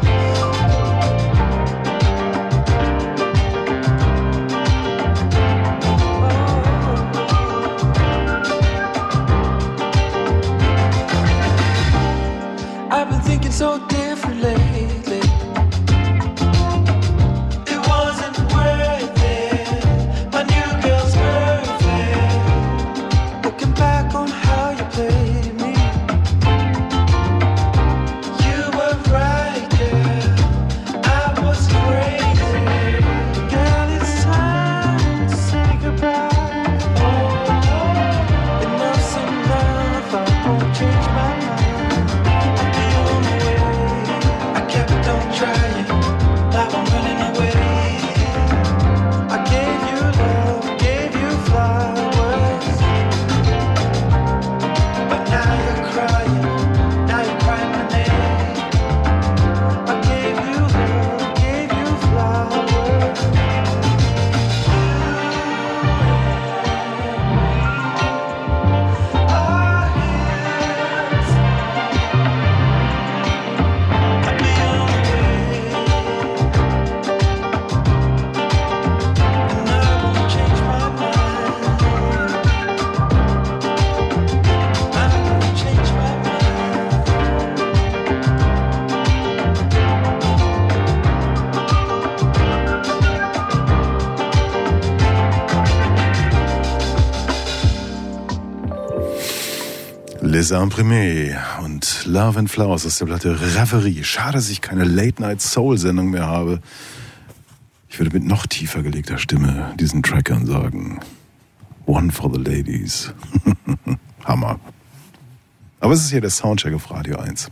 I've been thinking so different lately. It wasn't worth it. My new girl's perfect. Looking back on how you played me, you were right, girl. I was crazy. Girl, it's time to say goodbye. Enough's enough, I won't change my mind. I kept on trying, now I'm running away. I gave you love, gave you flowers, but now you're crying, now you're crying my name. I gave you love, gave you flowers. Our hands, I'll be on the way, and I won't change my mind. I won't change my mind. Les Imprimés und Love and Flowers aus der Platte Reverie. Schade, dass ich keine Late-Night-Soul-Sendung mehr habe. Ich würde mit noch tiefer gelegter Stimme diesen Trackern sagen: One for the Ladies. Hammer. Aber es ist hier der Soundcheck auf Radio eins.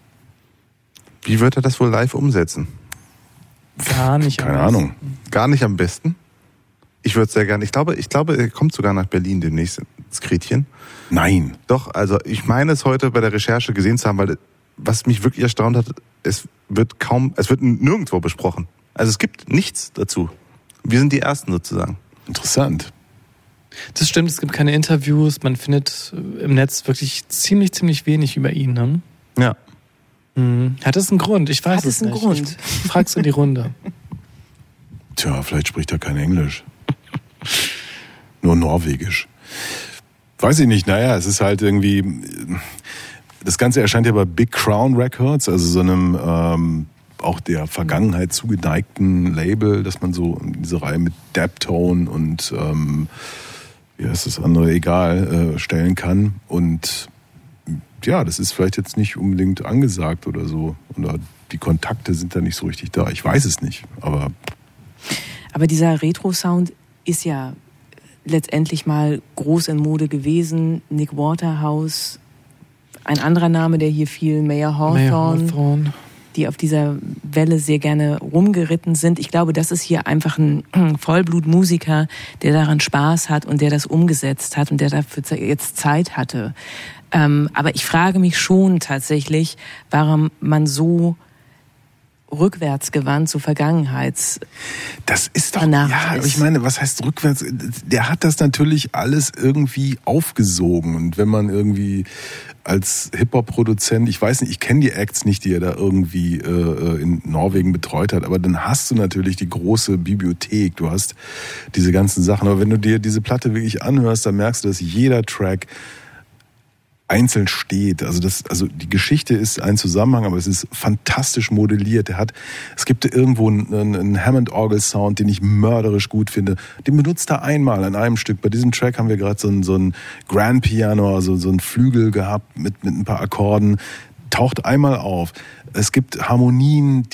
Wie wird er das wohl live umsetzen? Gar nicht. Keine am besten. Ahnung. Gar nicht am besten? Ich würde es sehr gerne. Ich glaube, ich glaube, er kommt sogar nach Berlin demnächst ins Gretchen. Nein. Doch, also ich meine es heute bei der Recherche gesehen zu haben, weil was mich wirklich erstaunt hat, es wird kaum, es wird nirgendwo besprochen. Also es gibt nichts dazu. Wir sind die Ersten sozusagen. Interessant. Das stimmt, es gibt keine Interviews, man findet im Netz wirklich ziemlich, ziemlich wenig über ihn. Ne? Ja. Hm. Hat es einen Grund? Ich weiß Hat es es einen nicht. Grund? Ich frag's in die Runde. Tja, vielleicht spricht er kein Englisch. Nur Norwegisch. Weiß ich nicht, naja, es ist halt irgendwie, das Ganze erscheint ja bei Big Crown Records, also so einem ähm, auch der Vergangenheit zugeneigten Label, dass man so in diese Reihe mit Daptone und ähm, wie heißt das andere, egal, äh, stellen kann. Und ja, das ist vielleicht jetzt nicht unbedingt angesagt oder so. Oder die Kontakte sind da nicht so richtig da. Ich weiß es nicht, aber... Aber dieser Retro-Sound ist ja letztendlich mal groß in Mode gewesen. Nick Waterhouse, ein anderer Name, der hier fiel, Mayer Hawthorne, Mayer Hawthorne, die auf dieser Welle sehr gerne rumgeritten sind. Ich glaube, das ist hier einfach ein Vollblutmusiker, der daran Spaß hat und der das umgesetzt hat und der dafür jetzt Zeit hatte. Ähm, aber ich frage mich schon tatsächlich, warum man so rückwärtsgewandt zu Vergangenheits. Das ist doch, ja, ich meine, was heißt rückwärts? Der hat das natürlich alles irgendwie aufgesogen. Und wenn man irgendwie als Hip-Hop-Produzent, ich weiß nicht, ich kenne die Acts nicht, die er da irgendwie äh, in Norwegen betreut hat, aber dann hast du natürlich die große Bibliothek, du hast diese ganzen Sachen. Aber wenn du dir diese Platte wirklich anhörst, dann merkst du, dass jeder Track einzeln steht. Also das, also die Geschichte ist ein Zusammenhang, aber es ist fantastisch modelliert. Er hat, es gibt irgendwo einen, einen Hammond-Orgel-Sound, den ich mörderisch gut finde. Den benutzt er einmal an einem Stück. Bei diesem Track haben wir gerade so ein, so ein Grand Piano, also so ein Flügel gehabt mit, mit ein paar Akkorden. Taucht einmal auf. Es gibt Harmonien, die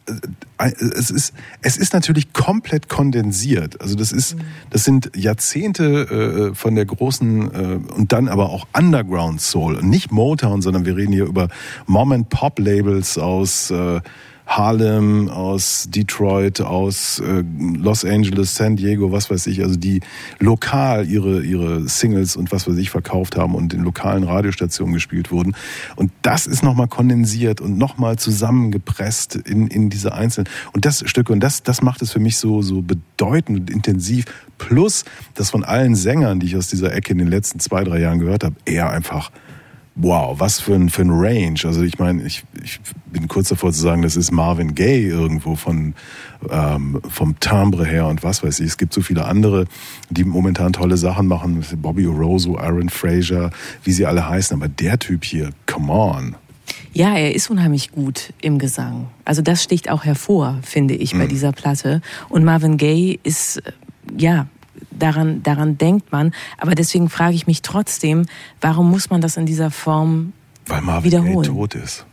es ist, es ist natürlich komplett kondensiert. Also das ist, das sind Jahrzehnte äh, von der großen äh, und dann aber auch Underground Soul. Nicht Motown, sondern wir reden hier über Mom-and-Pop-Labels aus äh, Harlem, aus Detroit, aus äh, Los Angeles, San Diego, was weiß ich, also die lokal ihre ihre Singles und was weiß ich verkauft haben und in lokalen Radiostationen gespielt wurden. Und das ist nochmal kondensiert und nochmal zusammengepresst in in diese einzelnen und das Stücke und das das macht es für mich so so bedeutend und intensiv. Plus, dass von allen Sängern, die ich aus dieser Ecke in den letzten zwei drei Jahren gehört habe, eher einfach wow, was für ein, für ein Range. Also ich meine, ich, ich bin kurz davor zu sagen, das ist Marvin Gaye irgendwo von ähm, vom Timbre her und was weiß ich. Es gibt so viele andere, die momentan tolle Sachen machen. Bobby Orozo, Aaron Fraser, wie sie alle heißen. Aber der Typ hier, come on. Ja, er ist unheimlich gut im Gesang. Also das sticht auch hervor, finde ich, bei mm. dieser Platte. Und Marvin Gaye ist, ja... Daran, daran denkt man. Aber deswegen frage ich mich trotzdem, warum muss man das in dieser Form Weil Marvin wiederholen? Gaye tot ist.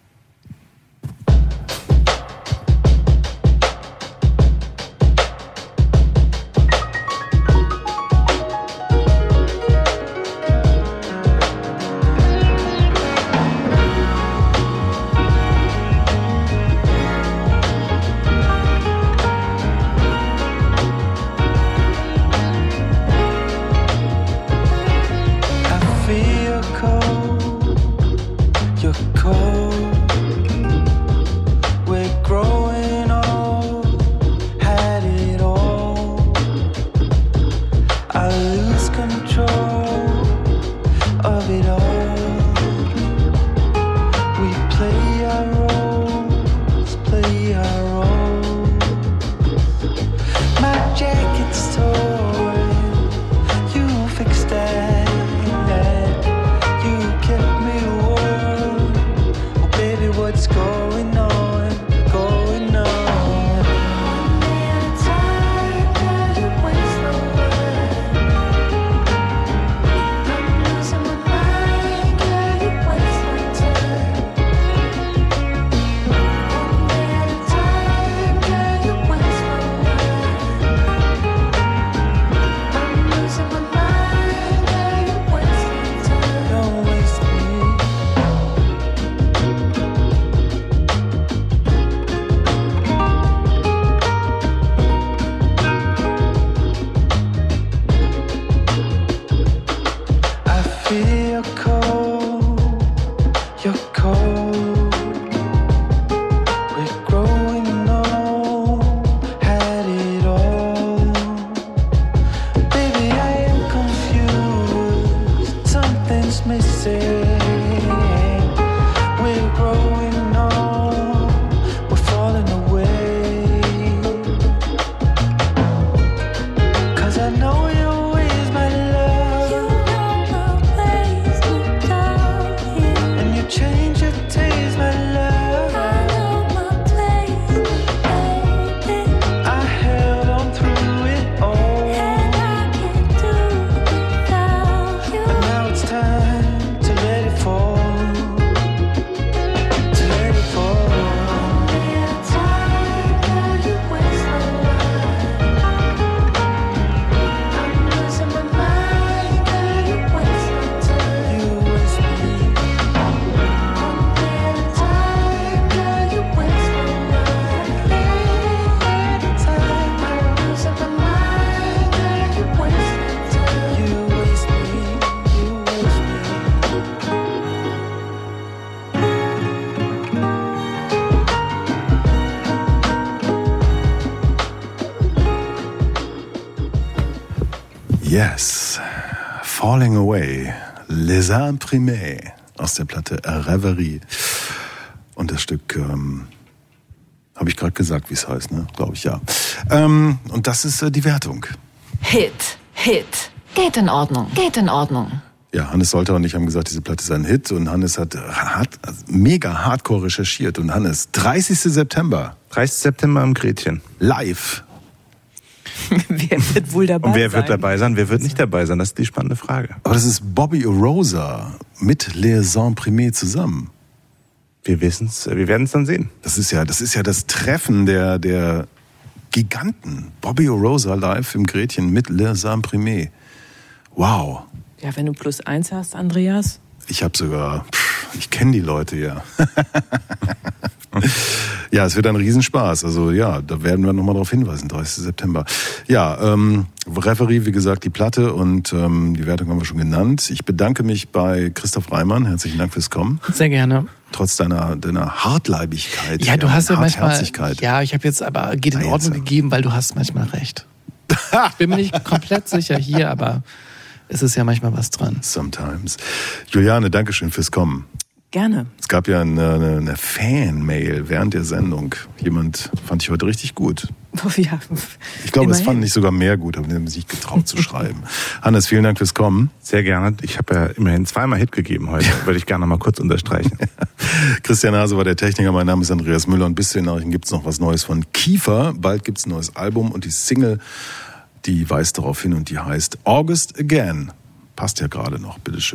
Yes, Falling Away, Les Imprimés aus der Platte Reverie. Und das Stück, ähm, habe ich gerade gesagt, wie es heißt, ne? Glaube ich, ja. Ähm, und das ist äh, die Wertung. Hit, Hit. Geht in Ordnung, geht in Ordnung. Ja, Hannes Solter und ich haben gesagt, diese Platte ist ein Hit. Und Hannes hat, hat mega hardcore recherchiert. Und Hannes, dreißigster September. dreißigster September im Gretchen. Live. Wer wird wohl dabei sein? Und wer sein? wird dabei sein, wer wird nicht dabei sein? Das ist die spannende Frage. Aber das ist Bobby Orozo mit Les Imprimés zusammen. Wir wissen's, wir werden es dann sehen. Das ist ja, das ist ja das Treffen der, der Giganten. Bobby O'Rosa live im Gretchen mit Le Saint-Primé. Wow. Ja, wenn du plus eins hast, Andreas. Ich habe sogar, pff, ich kenne die Leute ja. Ja, es wird ein Riesenspaß. Also ja, da werden wir nochmal darauf hinweisen, dreißigsten September. Ja, ähm, Referee, wie gesagt, die Platte und ähm, die Wertung haben wir schon genannt. Ich bedanke mich bei Christoph Reimann. Herzlichen Dank fürs Kommen. Sehr gerne. Trotz deiner, deiner Hartleibigkeit. Ja, du hast ja manchmal, Hartherzigkeit. ja, ich habe jetzt aber, geht in Ordnung gegeben, weil du hast manchmal recht. Ich bin mir nicht komplett sicher hier, aber es ist ja manchmal was dran. Sometimes. Juliane, Dankeschön fürs Kommen. Gerne. Es gab ja eine, eine, eine Fan-Mail während der Sendung. Jemand fand ich heute richtig gut. Oh, ja. Ich glaube, es Immerhin. fand ich sogar mehr gut, aber die haben sich getraut zu schreiben. Hannes, vielen Dank fürs Kommen. Sehr gerne. Ich habe ja immerhin zweimal Hit gegeben heute. Würde ich gerne noch mal kurz unterstreichen. Christian Hase war der Techniker. Mein Name ist Andreas Müller. Und bis zu den Nachrichten gibt es noch was Neues von Kiefer. Bald gibt es ein neues Album und die Single, die weist darauf hin und die heißt August Again. Passt ja gerade noch. Bitteschön.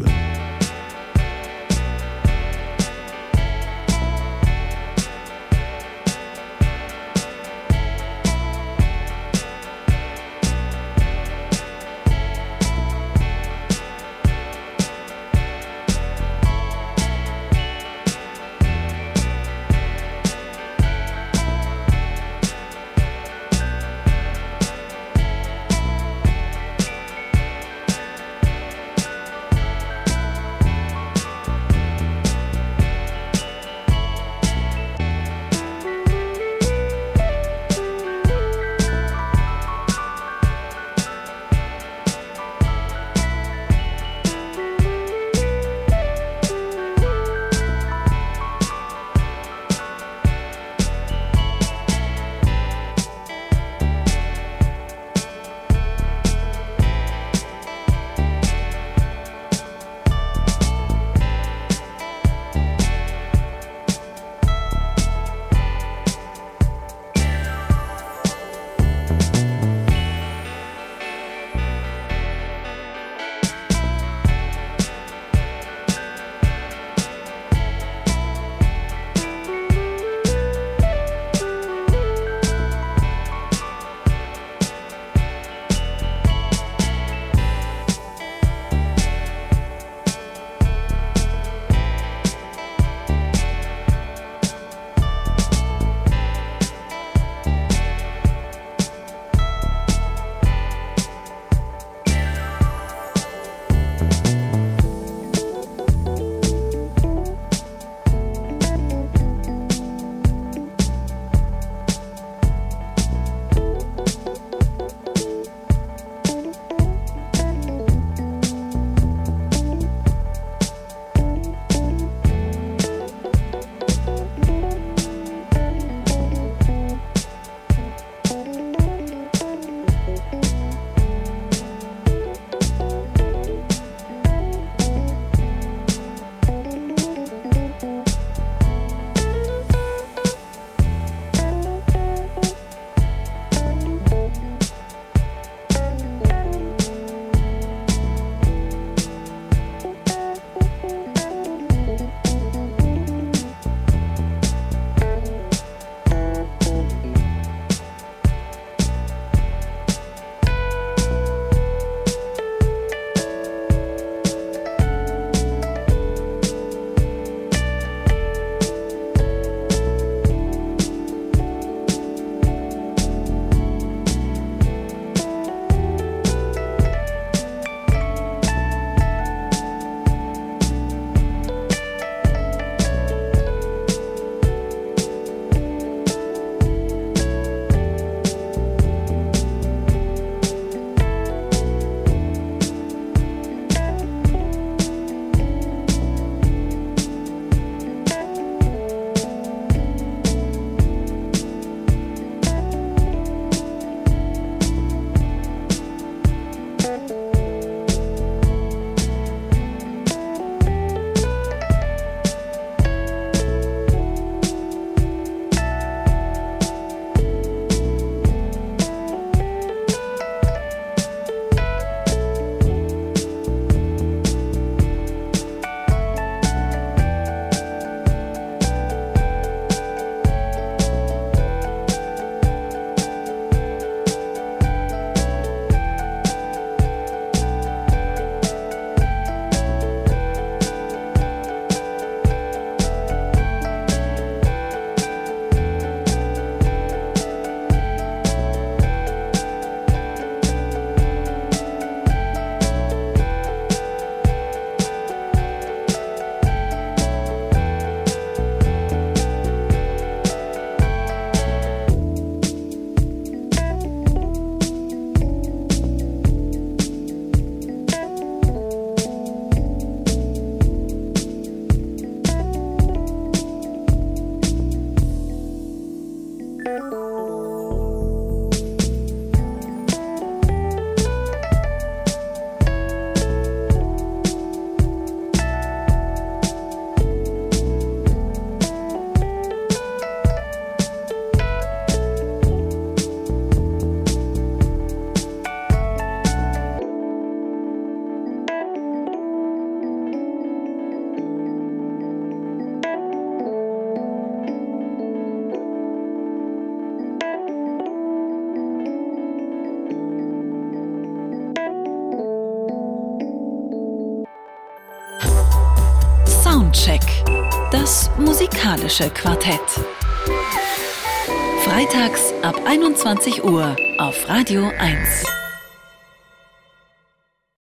Soundcheck. Das musikalische Quartett. Freitags ab einundzwanzig Uhr auf Radio eins.